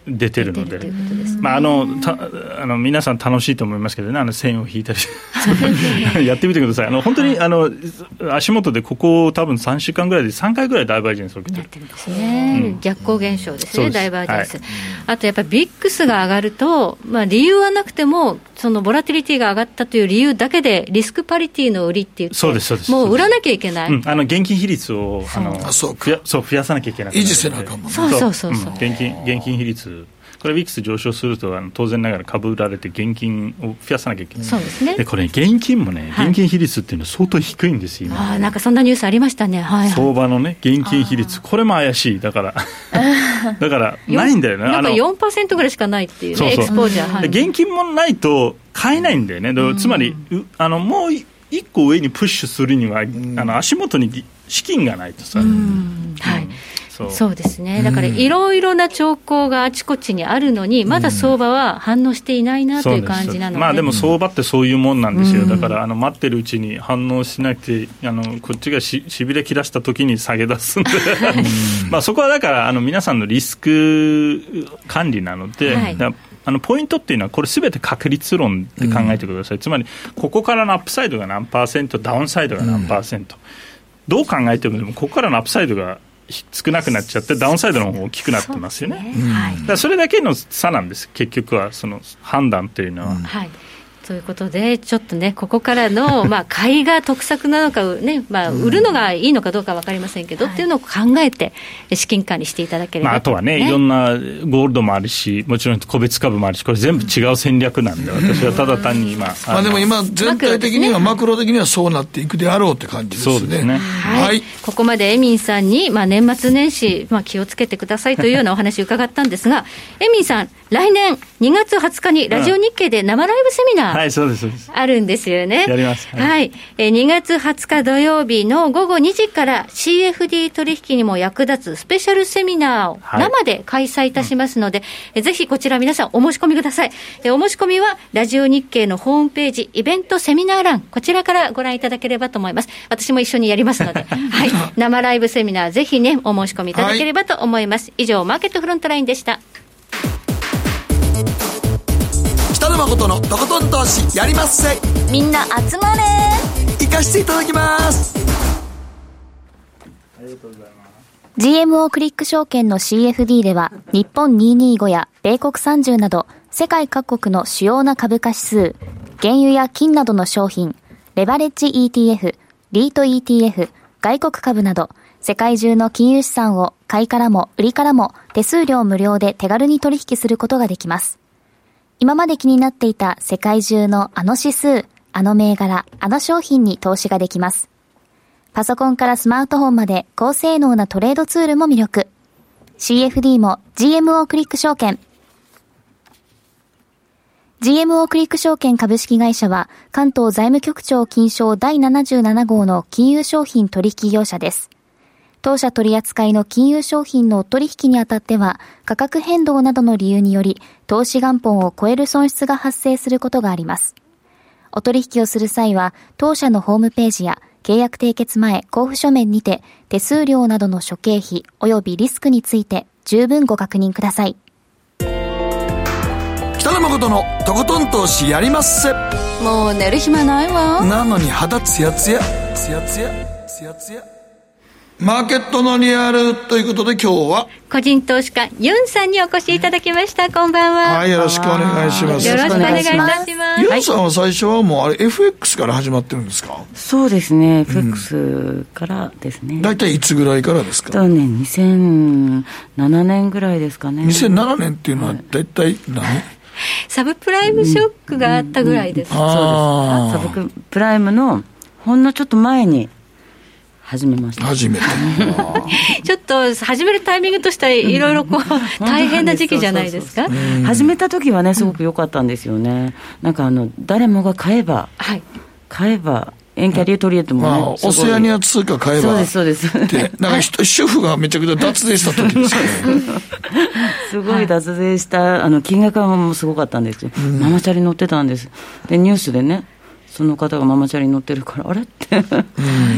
出てるので、まあ、あのたあの皆さん楽しいと思いますけどね、あの線を引いたりやってみてください。あの本当にあの足元でここ多分さんしゅうかんぐらいでさんかいぐらいダイバージェンス起きてる。 なってるんですね、うん、逆光現象ですね、ダイバージェンス、はい、あとやっぱりビックスが上がると、まあ、理由はなくてもそのボラティリティが上がったという理由だけでリスクパリティの売りって言って、 そうですそうです、 もう売らなきゃいけない、うん、 あの現金比率をあのそう増やそう増やさなきゃいけない、維持せなあかんもんね。 そうそうそうそう、 うん、現金現金比率、これウィックス上昇するとあの当然ながら株売られて現金を増やさなきゃいけない。 そうですね。 でこれ現金もね、現金比率っていうのは相当低いんですよ、今。 あ、なんかそんなニュースありましたね、はいはい、 相場のね現金比率、これも怪しい。だからだからないんだよね。 なんか よんパーセント ぐらいしかないっていうね、そうそうエクスポージャー、はい、 現金もないと買えないんだよね。つまりあのもう一個上にプッシュするには、あの足元に資金がないとさ、うん、はい、 そう、そうですね。だからいろいろな兆候があちこちにあるのに、まだ相場は反応していないなという感じなので、 まあ、でも相場ってそういうもんなんですよ。だからあの待ってるうちに反応しなくて、あのこっちが し, しびれ切らした時に下げ出すんでまあそこはだからあの皆さんのリスク管理なので、はい、だあのポイントっていうのはこれすべて確率論で考えてください、うん、つまりここからのアップサイドが何パーセント、ダウンサイドが何パーセント、うん、どう考えてもでもここからのアップサイドが少なくなっちゃってダウンサイドの方が大きくなってますよ ね, ね、うん、はい、だからそれだけの差なんです、結局はその判断というのは、うん、はい、 ということでちょっとねここからのまあ買いが得策なのか、ね、まあ売るのがいいのかどうか分かりませんけど、うん、っていうのを考えて資金管理していただければ、 まあ、あとは ね, ねいろんなゴールドもあるし、もちろん個別株もあるし、これ全部違う戦略なんで、私はただ単に今、 まあ、でも今全体的にはマクロ的にはそうなっていくであろうって感じですね。 そうですね、 はいはい、ここまでエミンさんに、まあ、年末年始、まあ、気をつけてくださいというようなお話を伺ったんですがエミンさん、来年にがつはつかにラジオ日経で生ライブセミナー、うん、はい、そうですそうですあるんですよね。 やります、 はいはい、えにがつはつか土曜日のごごにじから シーエフディー 取引にも役立つスペシャルセミナーを生で開催いたしますので、はい、えぜひこちら皆さんお申し込みください。えお申し込みはラジオ日経のホームページイベントセミナー欄、こちらからご覧いただければと思います。私も一緒にやりますので、はい、生ライブセミナーぜひねお申し込みいただければと思います、はい、以上マーケットフロントラインでした。 北野誠のとことん投資やりまっせ。 みんな集まれ。 行かしていただきます。 ありがとうございます。 ジーエムオー クリック証券の シーエフディー では日本にひゃくにじゅうごや米国さんじゅうなど世界各国の主要な株価指数、原油や金などの商品、レバレッジ イーティーエフ、リート イーティーエフ、外国株など世界中の金融資産を買いからも売りからも手数料無料で手軽に取引することができます。今まで気になっていた世界中のあの指数、あの銘柄、あの商品に投資ができます。パソコンからスマートフォンまで高性能なトレードツールも魅力。シーエフディー も ジーエムオー クリック証券。ジーエムオー クリック証券株式会社は関東財務局長金賞だいななじゅうなな号の金融商品取引業者です。当社取扱いの金融商品の取引にあたっては価格変動などの理由により投資元本を超える損失が発生することがあります。お取引をする際は当社のホームページや契約締結前交付書面にて手数料などの諸経費及びリスクについて十分ご確認ください。 北野誠のとことん投資やりまっせ。 もう寝る暇ないわ。 なのに肌ツヤツヤツヤツヤツヤツヤ。マーケットのリアルということで今日は個人投資家ユンさんにお越しいただきました。こんばんは。 はい、よろしくお願いします。 よろしくお願いいたします。 ユンさんは最初はもうあれ エフエックス から始まってるんですか？ そうですね、 エフエックス からですね。 だいたいいつぐらいからですか？ だね、にせんななねんぐらいですかね。 にせんななねんっていうのはだいたい何、はい、 サブプライムショックがあったぐらいです、うんうんうん、 そうです。サブプライムのほんのちょっと前に始めました。 始めたちょっと始めるタイミングとしてはいろいろこう大変な時期じゃないですか？ 始めた時はねすごく良かったんですよね、うん、なんかあの誰もが買えば、はい、買えばエンキャリートリエットもね、まあ、 オセアニア通貨買えばそうですそうですでなんか主婦がめちゃくちゃ脱税した時ですよねすごい脱税した、はい、あの金額はもうすごかったんですよ、うん、ママチャリ乗ってたんです。でニュースでねその方がママチャリに乗ってるからあれって、うん、ママ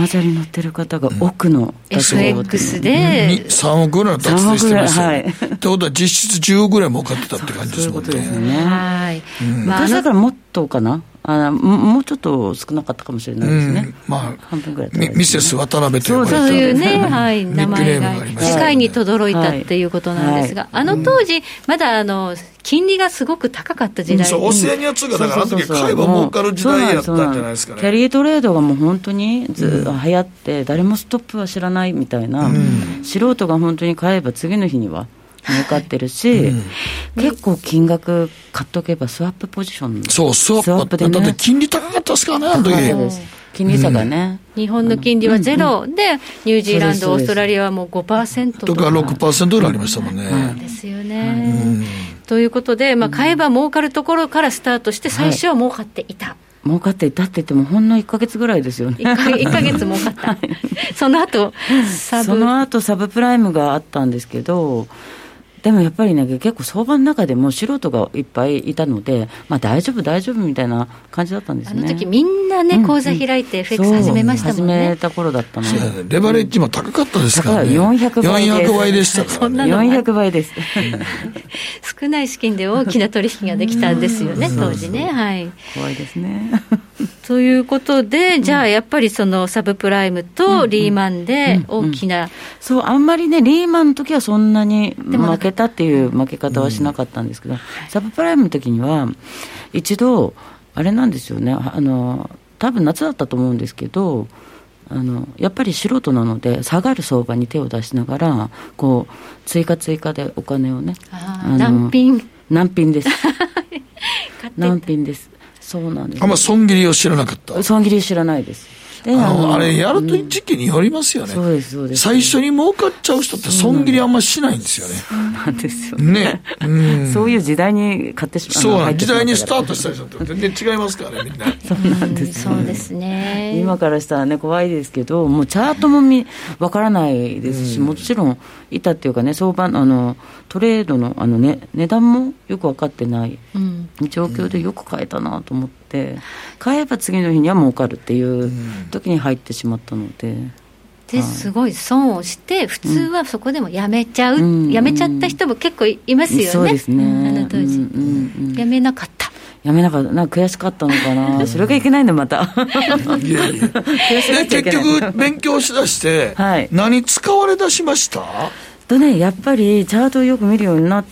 マチャリ乗ってる方が奥の、うん、 エフエックス でさんおくぐらいの達成してましたよ、ね、 はい、 ってことは実質じゅうおくぐらい儲かってたって感じですもんね。そういうことですね、 はい、うん、昔だからもっとかな、あもうちょっと少なかったかもしれないですね、うん、まあ、半分ぐらい、ね、 ミセス渡辺と呼ばれてそういうね、はい、名前が世界に轟いたっていうことなんですが、はいはい、あの当時、うん、まだあの金利がすごく高かった時代、 うん、そうオセアニア通貨だからあの時買えば儲かる時代やったんじゃないですかね。 キャリートレードがもう本当にず、うん、流行って誰もストップは知らないみたいな、うん、素人が本当に買えば次の日には儲かってるし、うん、結構金額買っとけばスワップポジション、 そうスワップ、スワップで、ね、だって金利高かったですからね、あの時金利差がね、 うん、日本の金利はゼロ、うん、でニュージーランド、オーストラリアはもう ごパーセント とかとか ろくパーセント ぐらいありましたもんね、 はい、ですよね、うん、ということで、まあ、買えば儲かるところからスタートして最初は儲かっていた、はい、 儲かっていたって言ってもほんのいっかげつぐらいですよね。 1, かいっかげつ儲かった、はい、その後サブその後サブプライムがあったんですけど、でもやっぱりね、結構相場の中でも素人がいっぱいいたので、まあ、大丈夫大丈夫みたいな感じだったんですね。 あの時みんなね、口座開いて エフエックス 始めましたもんね。 始めた頃だったので、 ね、レバレッジも高かったですからね。 よんひゃくばいです。 よんひゃくばいでしたからね。 よんひゃくばいです少ない資金で大きな取引ができたんですよね、当時ね、はい、 怖いですねということで、じゃあやっぱりそのサブプライムとリーマンで大きな、 うんうんうん、そうあんまりね、リーマンの時はそんなに負けたっていう負け方はしなかったんですけど、うん、サブプライムの時には一度あれなんですよね、あの多分夏だったと思うんですけど、あのやっぱり素人なので下がる相場に手を出しながらこう追加追加でお金をね、 ああ難品難品です難品です。そうなんです。 あんま損切りを知らなかった。 損切り知らないです。 あのあれやると時期によりますよね、うん、そうですそうです。最初に儲かっちゃう人って損切りあんましないんですよね。 そうなんですよね, ね、うん、 そういう時代に買ってしまう。 そうなん時代にスタートした人と全然違いますからね、みんな。 そうなんです、 うん、そうですね。 今からしたらね怖いですけど、もうチャートもみわからないですし、うん、もちろん板っていうかね、相場のあのトレードのあの、ね、値段もよく分かってない状況でよく買えたなと思って、うん、買えば次の日には儲かるっていう時に入ってしまったので、 ですごい損をして普通はそこでもやめちゃう、うん、やめちゃった人も結構いますよね。 そうですね、 あの当時、うんうんうん、やめなかったやめなかったなんか悔しかったのかなそれがいけないんだまたいやいや結局勉強しだして、はい、何使われだしましたとね、やっぱりチャートをよく見るようになって、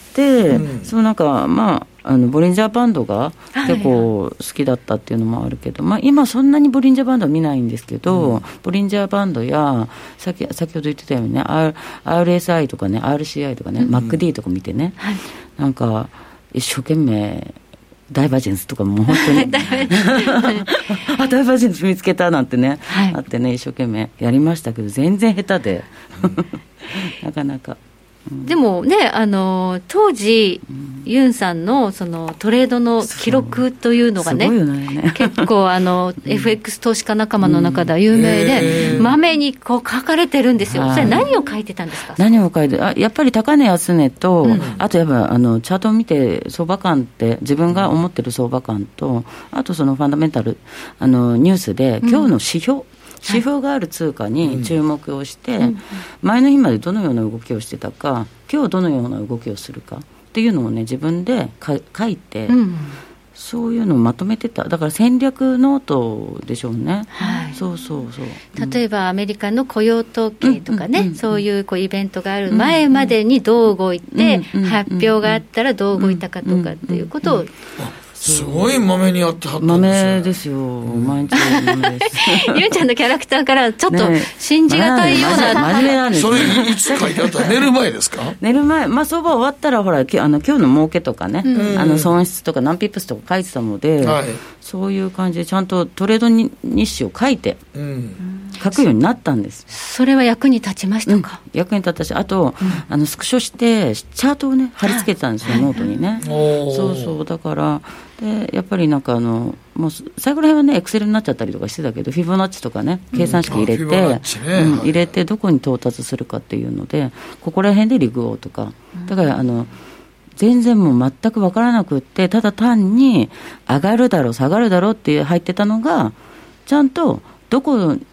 うん、そのなんかまああのボリンジャーバンドが結構好きだったっていうのもあるけど、はいはい、まあ、今そんなにボリンジャーバンドは見ないんですけど、うん、ボリンジャーバンドや先、先ほど言ってたようにね R、アールエスアイ とかね アールシーアイ とかね、うん、マックディー とか見てね、はい、なんか一生懸命ダイバージェンスとかも本当にあダイバージェンス見つけたなんてね、はい、あってね一生懸命やりましたけど全然下手でなかなか、 うん、でもねあの当時、うん、ユンさんのそのトレードの記録というのがね、ね結構あの、うん、エフエックス 投資家仲間の中では有名で、まめ、うん、にこう書かれてるんですよ、はい、それ何を書いてたんですか。 何を書いてあやっぱり高値安値と、うん、あとやっぱあのチャートを見て相場感って自分が思ってる相場感と、あとそのファンダメンタルあのニュースで今日の指標、うん指標がある通貨に注目をして、はい、前の日までどのような動きをしてたか、今日どのような動きをするかっていうのをね自分でか書いて、うん、そういうのをまとめてた。だから戦略ノートでしょうね、はい、そうそうそう。 例えばアメリカの雇用統計とかね、うんうんうん、そういうこうイベントがある前までにどう動いて、うんうん、発表があったらどう動いたかとかっていうことを、うんうんうんすごい豆にあってはったんですよ。 豆ですよ、毎日豆ですゆうちゃんのキャラクターからちょっと信じがたいような、 ね、真面目なんです。 それいつ書いてあった寝る前ですか。 寝る前、まあ相場終わったらほらあの今日の儲けとかね、うん、あの損失とか何ピップスとか書いてたので、はい、そういう感じでちゃんとトレード日誌を書いて、うん、書くようになったんです。 それは役に立ちましたか。 うん、役に立ったし、あと、うん、あのスクショしてチャートをね貼り付けてたんですよ、ノートにね。そうそうだからでやっぱりなんかあのもう最後ら辺はねエクセルになっちゃったりとかしてたけど、フィボナッチとかね計算式入れて、うんねうん、入れてどこに到達するかっていうので、ここら辺でリグオーとかだからあの全然もう全く分からなくって、ただ単に上がるだろう下がるだろうって入ってたのが、ちゃんとどこ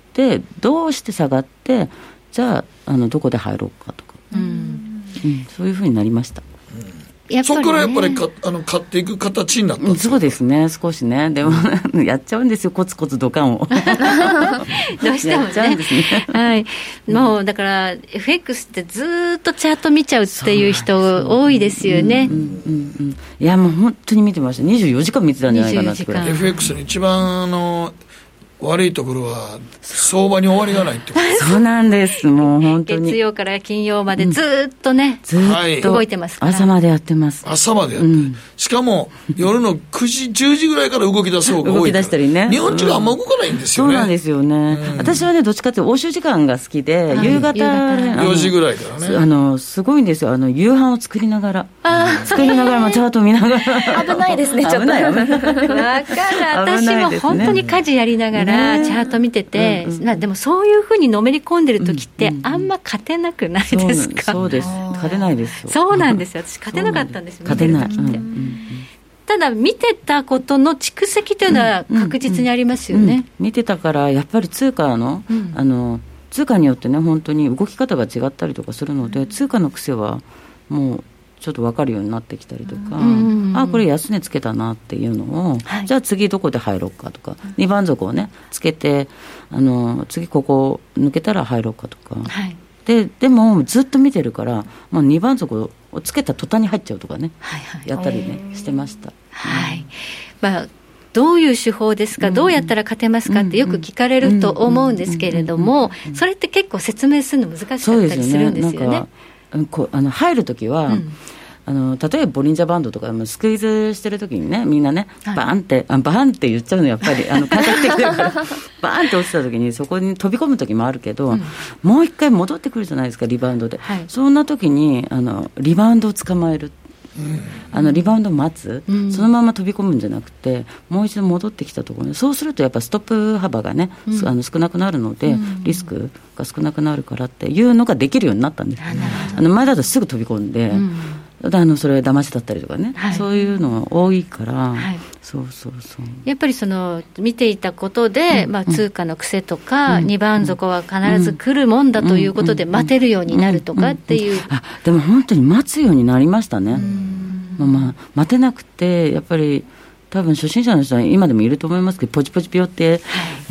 でどうして下がってじゃあ、 あのどこで入ろうかとか、うんうん、そういうふうになりました。 やっぱりね、そこからやっぱりかあの買っていく形になったんですか。 そうですね、少しね。でも、うん、やっちゃうんですよ、コツコツドカンをどうしてもね、やっちゃうんですね、はい、もうだから エフエックス ってずっとチャート見ちゃうっていう人多いですよね。うんうんうんうん、いやもう本当に見てました。にじゅうよじかん見てたんじゃないかなってくらい。 エフエックス の一番あの悪いところは相場に終わりがないってことそうなんです。もう本当に月曜から金曜までずっとね、うん、 ずっと動いてますから。 朝までやってます。 朝までやって、うん、しかも夜のくじじゅうじぐらいから動き出す方が多い動き出したりね。 日本人があんま動かないんですよね、 うん、そうなんですよね、うん、私はねどっちかというと欧州時間が好きで、はい、夕方、ね、 よじぐらいからね、 あのすごいんですよ。あの夕飯を作りながら作りながらもチャート見ながら危ないですね。ちょっと危ない危ないだから私も本当に家事やりながら、ね、チャート見てて、うんうん、でもそういうふうにのめり込んでる時ってあんま勝てなくないですか。 そう、そうです。勝てないですよ。 そうなんですよ。私勝てなかったんですよ。 勝てない、 見てる時って、 うんうんうん、 ただ見てたことの蓄積というのは確実にありますよね、うんうんうん、 見てたからやっぱり通貨の、うん、あの通貨によってね本当に動き方が違ったりとかするので、通貨の癖はもうちょっと分かるようになってきたりとか、うんうん、あこれ安値つけたなっていうのを、はい、じゃあ次どこで入ろうかとか、にばん底をねつけてあの次ここ抜けたら入ろうかとか、はい、で, でもずっと見てるから、まあ、にばん底をつけた途端に入っちゃうとかね、はいはい、やったりねしてました、 はい、まあどういう手法ですか、うん、どうやったら勝てますかってよく聞かれると思うんですけれども、それって結構説明するの難しかったりするんですよね。 こうあの入るときは、うん、あの例えばボリンジャーバンドとかスクイーズしてるときにねみんなね、はい、バーンってあバーンって言っちゃうのやっぱりあの感覚的だからバーンって落ちたときにそこに飛び込むときもあるけど、うん、もう一回戻ってくるじゃないですかリバウンドで、はい、そんなときにあのリバウンドを捕まえる、うん、あのリバウンドを待つ、うん、そのまま飛び込むんじゃなくてもう一度戻ってきたところに、そうするとやっぱストップ幅がね、うん、あの少なくなるので、うん、リスクが少なくなるからっていうのができるようになったんです。あの前だとすぐ飛び込んで、うん、あのそれ騙しだったりとかね、はい、そういうのが多いから、はい、そうそうそうやっぱりその見ていたことで、うんまあ、通貨の癖とか、うん、にばん底は必ず来るもんだということで待てるようになるとかっていう、うんうんうん、 あでも本当に待つようになりましたね。まあまあ、待てなくてやっぱり多分初心者の人は今でもいると思いますけどポチポチピヨって、はい、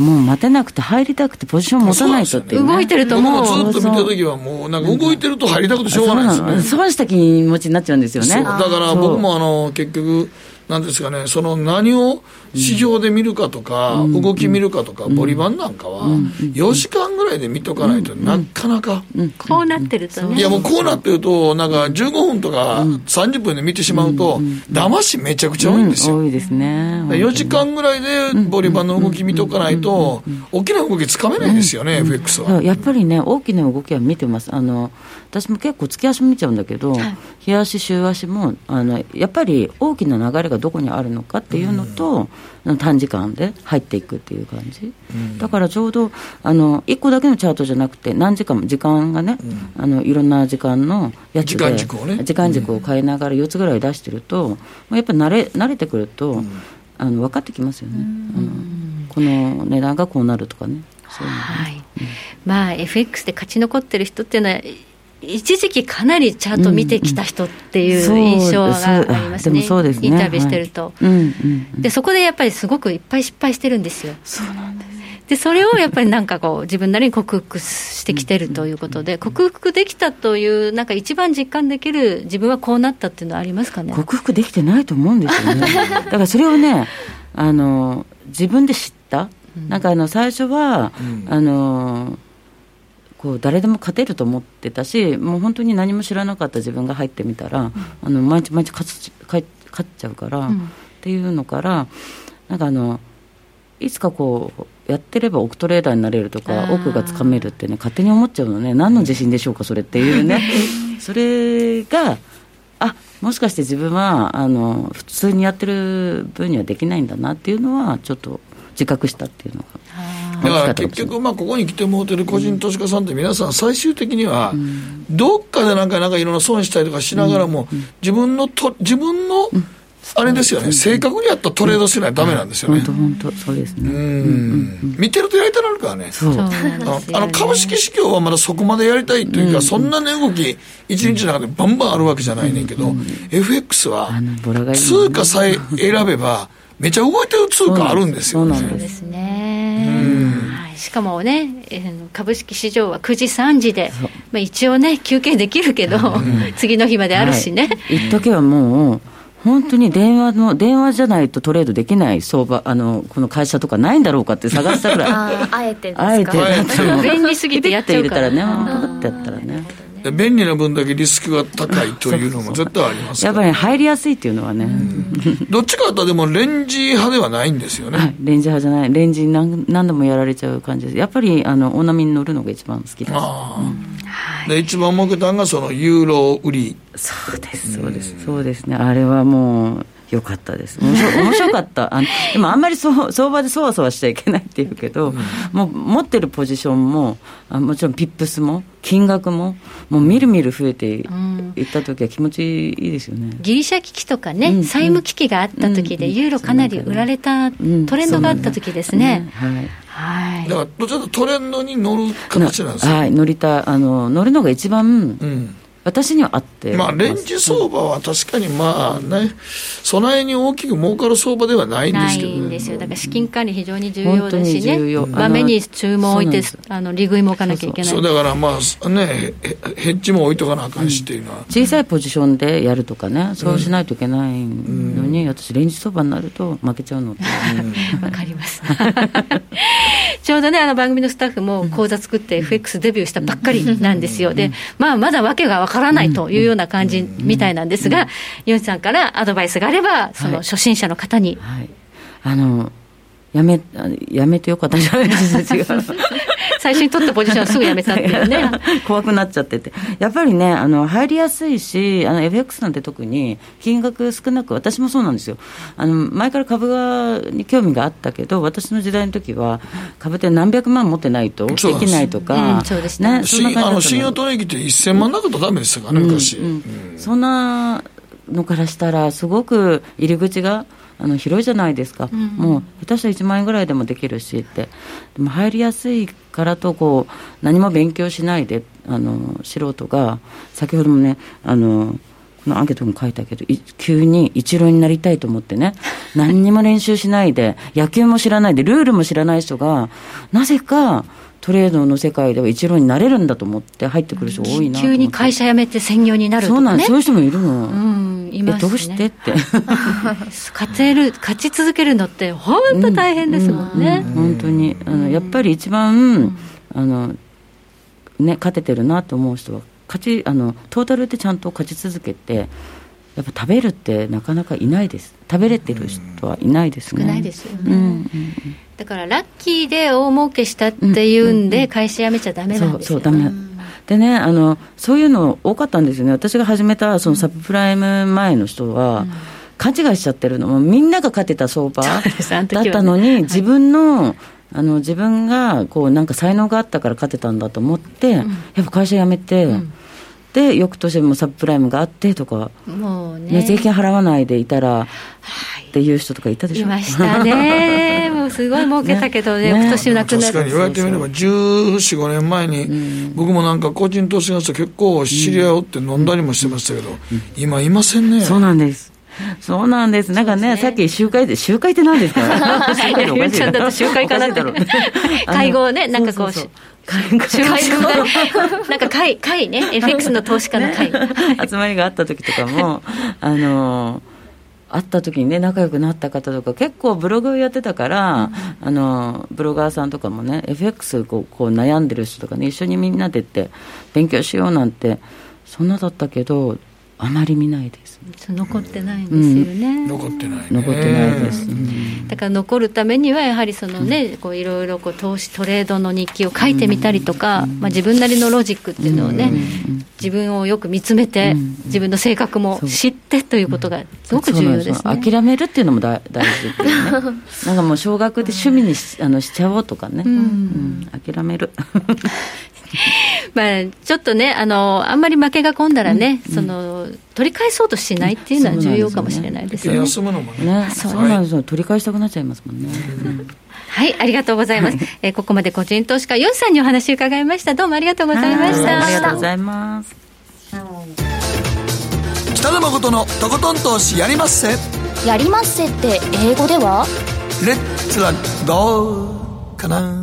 もう待てなくて入りたくてポジション持たないとっていう、ね、 動いてるともうずっと見た時はもうなんか動いてると入りたくてしょうがないですよね。 損した気持ちになっちゃうんですよね。 だから僕もあの結局なんですかね、その何を市場で見るかとか、うん、動き見るかとか、うん、ボリバンなんかはよじかんぐらいで見とかないとなかなか、 うんうん、こうなってるとね、 いやもうこうなってるとなんかじゅうごふんとかさんじゅっぷんで見てしまうと、うん、騙しめちゃくちゃ多いんですよ、 うん、多いですね。 よじかんぐらいでボリバンの動き見とかないと大きな動きつかめないんですよね、うん、エフエックス は。 やっぱりね大きな動きは見てます。あの私も結構月足も見ちゃうんだけど、はい、日足週足もあのやっぱり大きな流れがどこにあるのかっていうのと、うん、短時間で入っていくっていう感じ、うん、だからちょうどあのいっこだけのチャートじゃなくて何時間も時間がね、うん、あのいろんな時間のやつで時間軸をね時間軸を変えながらよっつぐらい出してると、うん、やっぱり慣れ、慣れてくると、うん、あの分かってきますよね、うん、あのこの値段がこうなるとかね。そういうの、 はいうん、まあ エフエックス で勝ち残ってる人っていうのは一時期かなりチャート見てきた人っていう印象がありますね、うんうん、そうですね、インタビューしてると、はいうんうんうん、でそこでやっぱりすごくいっぱい失敗してるんですよ。 そうなんです。 でそれをやっぱりなんかこう自分なりに克服してきてるということで、克服できたというなんか一番実感できる自分はこうなったっていうのはありますかね。 克服できてないと思うんですよねだからそれをねあの自分で知った、うん、なんかあの最初は、うん、あのこう誰でも勝てると思ってたし、もう本当に何も知らなかった自分が入ってみたら、うん、あの毎日毎日勝つ勝っちゃうから、うん、っていうのからなんかあのいつかこうやってれば億トレーダーになれるとか億がつかめるってね勝手に思っちゃうのね。何の自信でしょうかそれっていうねそれがあもしかして自分はあの普通にやってる分にはできないんだなっていうのはちょっと自覚したっていうのがだから結局まあここに来てもうてる個人投資家さんって皆さん最終的にはどっかでなんかなんかいろんな損したりとかしながらも自分のと自分のあれですよね、うん、正確にやったトレードしないとダメなんですよね。 本当本当そうですね。うん、うんうん、見てるとやりたくなるからね。 そうそう、 ね、あの株式市況はまだそこまでやりたいというか、うん、そんなね動き一日の中でバンバンあるわけじゃないねんけど、うん、エフエックス は通貨さえ選べばめちゃ動いてる通貨あるんですよね。 そうなんですね、うんはい、しかもね株式市場はくじさんじで、まあ、一応ね休憩できるけど、うん、次の日まであるしね、 はい、一時はもう本当に電話の電話じゃないとトレードできない相場、あのこの会社とかないんだろうかって探したぐらいあ, あえてですか。 あえて便利すぎてやっちゃうからね、パカってやったらね、 便利な分だけリスクが高いというのも絶対ありますから、 やっぱり入りやすいっていうのはね、うん、 どっちかというとでもレンジ派ではないんですよね、はい、 レンジ派じゃない、レンジに 何, 何度もやられちゃう感じです。やっぱりあの大波に乗るのが一番好きです。あ、 うん、で一番儲けたのがそのユーロ売り。 そうですそうです、うん、そうですね。あれはもうよかったです。面白, 面白かったあのでもあんまりそ相場でそわそわしちゃいけないっていうけど、うん、もう持ってるポジションもあもちろんピップスも金額ももうみるみる増えていった時は気持ちいいですよね、 うん、ギリシャ危機とかね、うん、債務危機があった時で、うん、ユーロかなり売られたトレンドがあった時ですね、 うんうんはいはい、だからちょっとトレンドに乗る形なんですよ、 はい、乗りたあの乗るのが一番、うん私にはあって、 まあ、レンジ相場は確かにまあね、備えに大きく儲かる相場ではないんですけど、ね、 ないんですよ。だから資金管理非常に重要だしね、場面に注文を置いてあの利食いも置かなきゃいけない。 そうそうそうだからまあねヘッジも置いとかなあかんしっていうのは、うん、 小さいポジションでやるとかね、そうしないといけないのに、うん、私レンジ相場になると負けちゃうのってわ、 うん、かりますちょうどねあの番組のスタッフも講座作って エフエックス デビューしたばっかりなんですよ。で、まあ、まだわけがわからないというような感じみたいなんですが、ユンさんからアドバイスがあればその初心者の方に、 はいはい、あのやめやめてよかったじゃないですか。違う最初に取ったポジションをすぐやめたっていうね怖くなっちゃってて、やっぱりねあの入りやすいし、あの エフエックス なんて特に金額少なく、私もそうなんですよ。あの前から株に興味があったけど、私の時代の時は株って何百万持ってないとできないとか、 そうですね、信用取引ってせんまんなかったらダメですからね、昔、 うんうんうん、そんなのからしたらすごく入り口があの広いじゃないですか、うん、もう下手したらいちまんえんぐらいでもできるしって。でも入りやすいからとこう何も勉強しないであの素人が、先ほどもねあのこのアンケートにも書いたけど、急にイチローになりたいと思ってね何にも練習しないで野球も知らないでルールも知らない人がなぜかトレードの世界では一郎になれるんだと思って入ってくる人多いなと思って。 急に会社辞めて専業になるとかね。 そうなんです、そういう人もいるの、 うん、いますね。 どうしてって勝てる勝ち続けるのって本当大変ですもんね、 うんうん、本当にあのやっぱり一番、うん、あのね、勝ててるなと思う人は勝ちあのトータルでちゃんと勝ち続けて、やっぱ食べるってなかなかいないです。食べれてる人はいないですね。 少ないですよね、うんうん、だからラッキーで大儲けしたっていうんで会社辞めちゃダメなんですよ、ね、 そうそうダメでね、あのそういうの多かったんですよね。私が始めたそのサブプライム前の人は、うん、勘違いしちゃってるのもみんなが勝てた相場だったのに、ね、自分の、はい、あの自分がこうなんか才能があったから勝てたんだと思って、うん、やっぱ会社辞めて、うんで翌年もサブプライムがあってとか、もう、ねね、税金払わないでいたら、はい、っていう人とかいたでしょ。 いましたねもうすごい儲けたけど、ねね、翌年なくなる。 確かに言われてみればじゅうよん、ごねんまえに、うん、僕もなんか個人投資会社結構知り合いおって飲んだりもしてましたけど、うんうん、今いませんね。 そうなんです、そうなんです。なんか ね, ねさっき集会で集会って何ですか集会でおかしいちゃんだと集会かなって会合ね、なんかこうそうそうそう集会のなんか会会ね エフエックス の投資家の会集まりがあった時とかもあの会った時にね仲良くなった方とか結構ブログをやってたから、うん、あのブロガーさんとかもね エフエックス こうこう悩んでる人とかね一緒にみんなでって勉強しようなんてそんなだったけどあまり見ないです。 残ってないんですよね、 うん、残ってないね。 残ってないです、うん、 だから残るためにはやはりそのね、うん、こういろいろこう投資トレードの日記を書いてみたりとか、うんまあ、自分なりのロジックっていうのをね、うん、自分をよく見つめて、うん、自分の性格も知ってということがすごく重要ですね。 諦めるっていうのも大事っていうねなんかもう少額で趣味に し, あのしちゃおうとかね、うんうん、諦めるまあ、ちょっとね、あのあんまり負けが込んだらね、うん、その取り返そうとしないっていうのは重要かもしれないですよね。 休むのもね、 ね、そうなんですよ、取り返したくなっちゃいますもんね。 はい、ありがとうございます。えー、ここまで個人投資家ユンさんにお話伺いました。どうもありがとうございました。 ありがとうございます。 北野誠のとことん投資やりまっせ。 やりまっせって英語ではレッツはどうかな。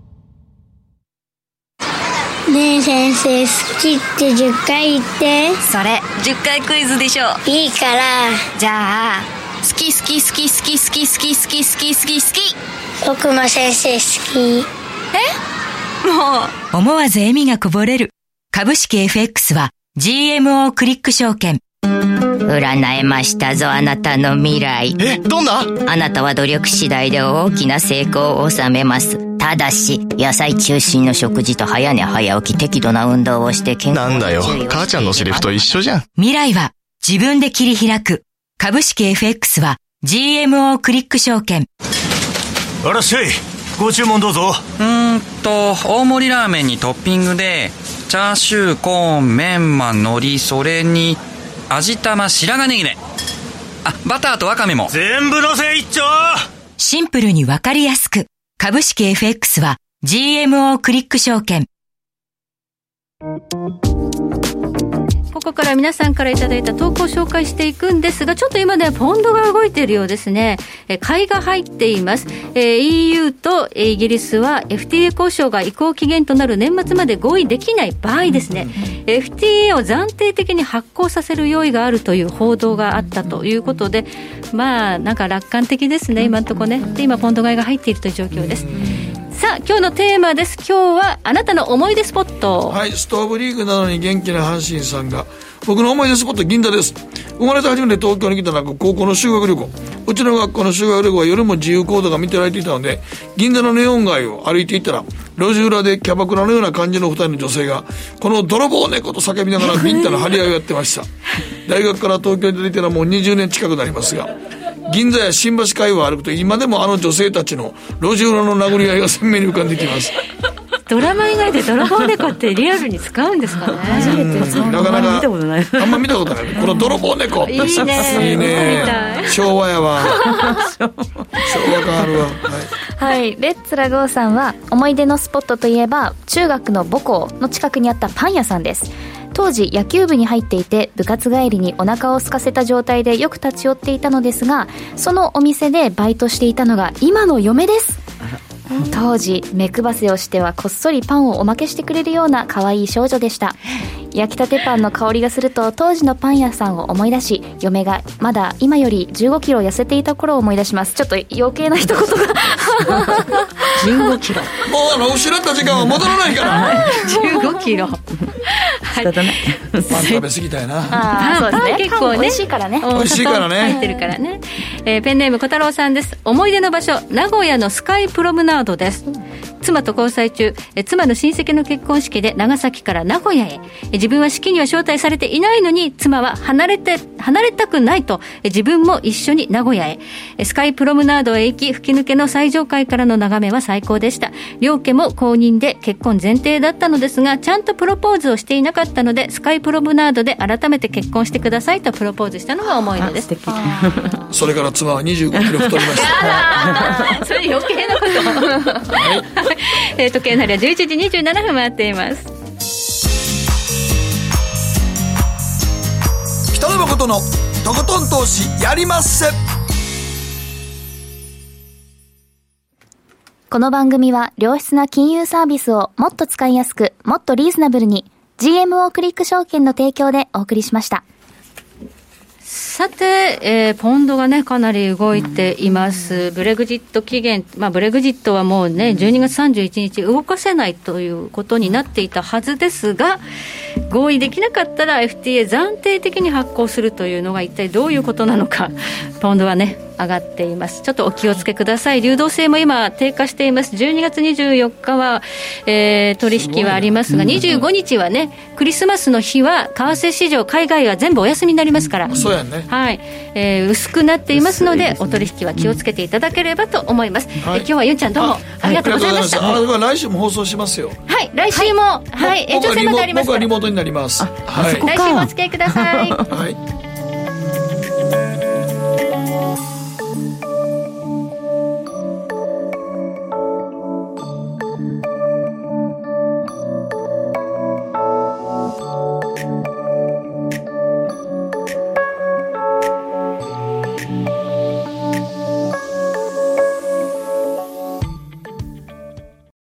ねえ先生、好きってじゅっかい言って。 それじゅっかいクイズでしょ。 いいから。 じゃあ、好き好き好き好き好き好き好き好き好き好き。 僕も先生好き。え？ もう思わず笑みがこぼれる。株式 エフエックス は ジーエムオー クリック証券。 占えましたぞ、あなたの未来。 え、どんな？ あなたは努力次第で大きな成功を収めます。ただし野菜中心の食事と早寝早起き、適度な運動をして健康に注意をして。 なんだよ、母ちゃんのセリフと一緒じゃん。 未来は自分で切り開く。株式 エフエックス は ジーエムオー クリック証券。 あらっしゃい、ご注文どうぞ。 うーんと大盛りラーメンにトッピングでチャーシュー、コーン、メンマ、海苔、それに味玉、白髪ネギね。あ、バターとワカメも全部のせ一丁。 シンプルにわかりやすく。株式 エフエックス は ジーエムオー クリック証券。 ここから皆さんからいただいた投稿を紹介していくんですが、ちょっと今ねポンドが動いているようですね。え買いが入っています。えー、イーユー とイギリスは エフティーエー 交渉が移行期限となる年末まで合意できない場合ですね、うん、エフティーエー を暫定的に発行させる用意があるという報道があったということで、まあなんか楽観的ですね今のところね。で今ポンド買いが入っているという状況です。さあ今日のテーマです。今日はあなたの思い出スポット。 はい、ストーブリーグなどに元気な阪神さんが、僕の思い出スポット銀座です。生まれて初めて東京に来たのは高校の修学旅行。うちの学校の修学旅行は夜も自由行動が見てられていたので、銀座のネオン街を歩いていったら路地裏でキャバクラのような感じの二人の女性がこの泥棒猫と叫びながらビンタの張り合いをやってました大学から東京に出ていたらもうにじゅうねん近くなりますが、銀座や新橋界隈を歩くと今でもあの女性たちの路地裏の殴り合いが鮮明に浮かんできますドラマ以外で泥棒猫ってリアルに使うんですかね。 初めてなかなか見たことない。 あんま見たことない。この泥棒猫いいね。 いいね。昭和やわ。昭和感あるわ。はい、 はい、レッツラゴーさんは思い出のスポットといえば中学の母校の近くにあったパン屋さんです。当時野球部に入っていて部活帰りにお腹を空かせた状態でよく立ち寄っていたのですが、そのお店でバイトしていたのが今の嫁です。当時目配せをしてはこっそりパンをおまけしてくれるような可愛い少女でした。焼きたてパンの香りがすると当時のパン屋さんを思い出し、嫁がまだ今よりじゅうごキロ痩せていた頃を思い出します。ちょっと余計な一言がじゅうごキロ、 もうあの失った時間は戻らないからじゅうごキロ仕方ない。 パン食べ過ぎたいな。 あそうですね、 パン結構ね美味しいからね。 美味しいからね。 入ってるからね。えー、ペンネーム小太郎さんです。思い出の場所、名古屋のスカイプロムナードです。妻と交際中、え妻の親戚の結婚式で長崎から名古屋へ。自分は式には招待されていないのに妻は離れて離れたくないと自分も一緒に名古屋へ。スカイプロムナードへ行き、吹き抜けの最上階からの眺めは最高でした。両家も公認で結婚前提だったのですが、ちゃんとプロポーズをしていなかったので、スカイプロムナードで改めて結婚してくださいとプロポーズしたのが思い出です。 それから妻はにじゅうごキロ太りましたそれ余計なことはいえー、時計なりはじゅういちじにじゅうななふん回っています。 北野誠のとことん投資やりまっせ。 この番組は良質な金融サービスをもっと使いやすくもっとリーズナブルに ジーエムオー クリック証券の提供でお送りしました。 さて、えー、ポンドがねかなり動いています。ブレグジット期限、まあ、ブレグジットはもうねじゅうにがつさんじゅういちにち動かせないということになっていたはずですが、合意できなかったら エフティーエー 暫定的に発行するというのが一体どういうことなのか、ポンドはね上がっています。ちょっとお気をつけください。流動性も今低下しています。じゅうにがつにじゅうよっかは、えー、取引はありますが、にじゅうごにちはね、クリスマスの日は為替市場海外は全部お休みになりますから、 そうやね、 はい、えー、薄くなっていますので、お取引は気をつけていただければと思います、はい、え今日はゆんちゃんどうもありがとうございました。 あ、はい、来週も放送しますよ。 はい、来週も、はい、延長戦までありますから、 僕はリモートになります。 はい、来週もお付き合いください。 はい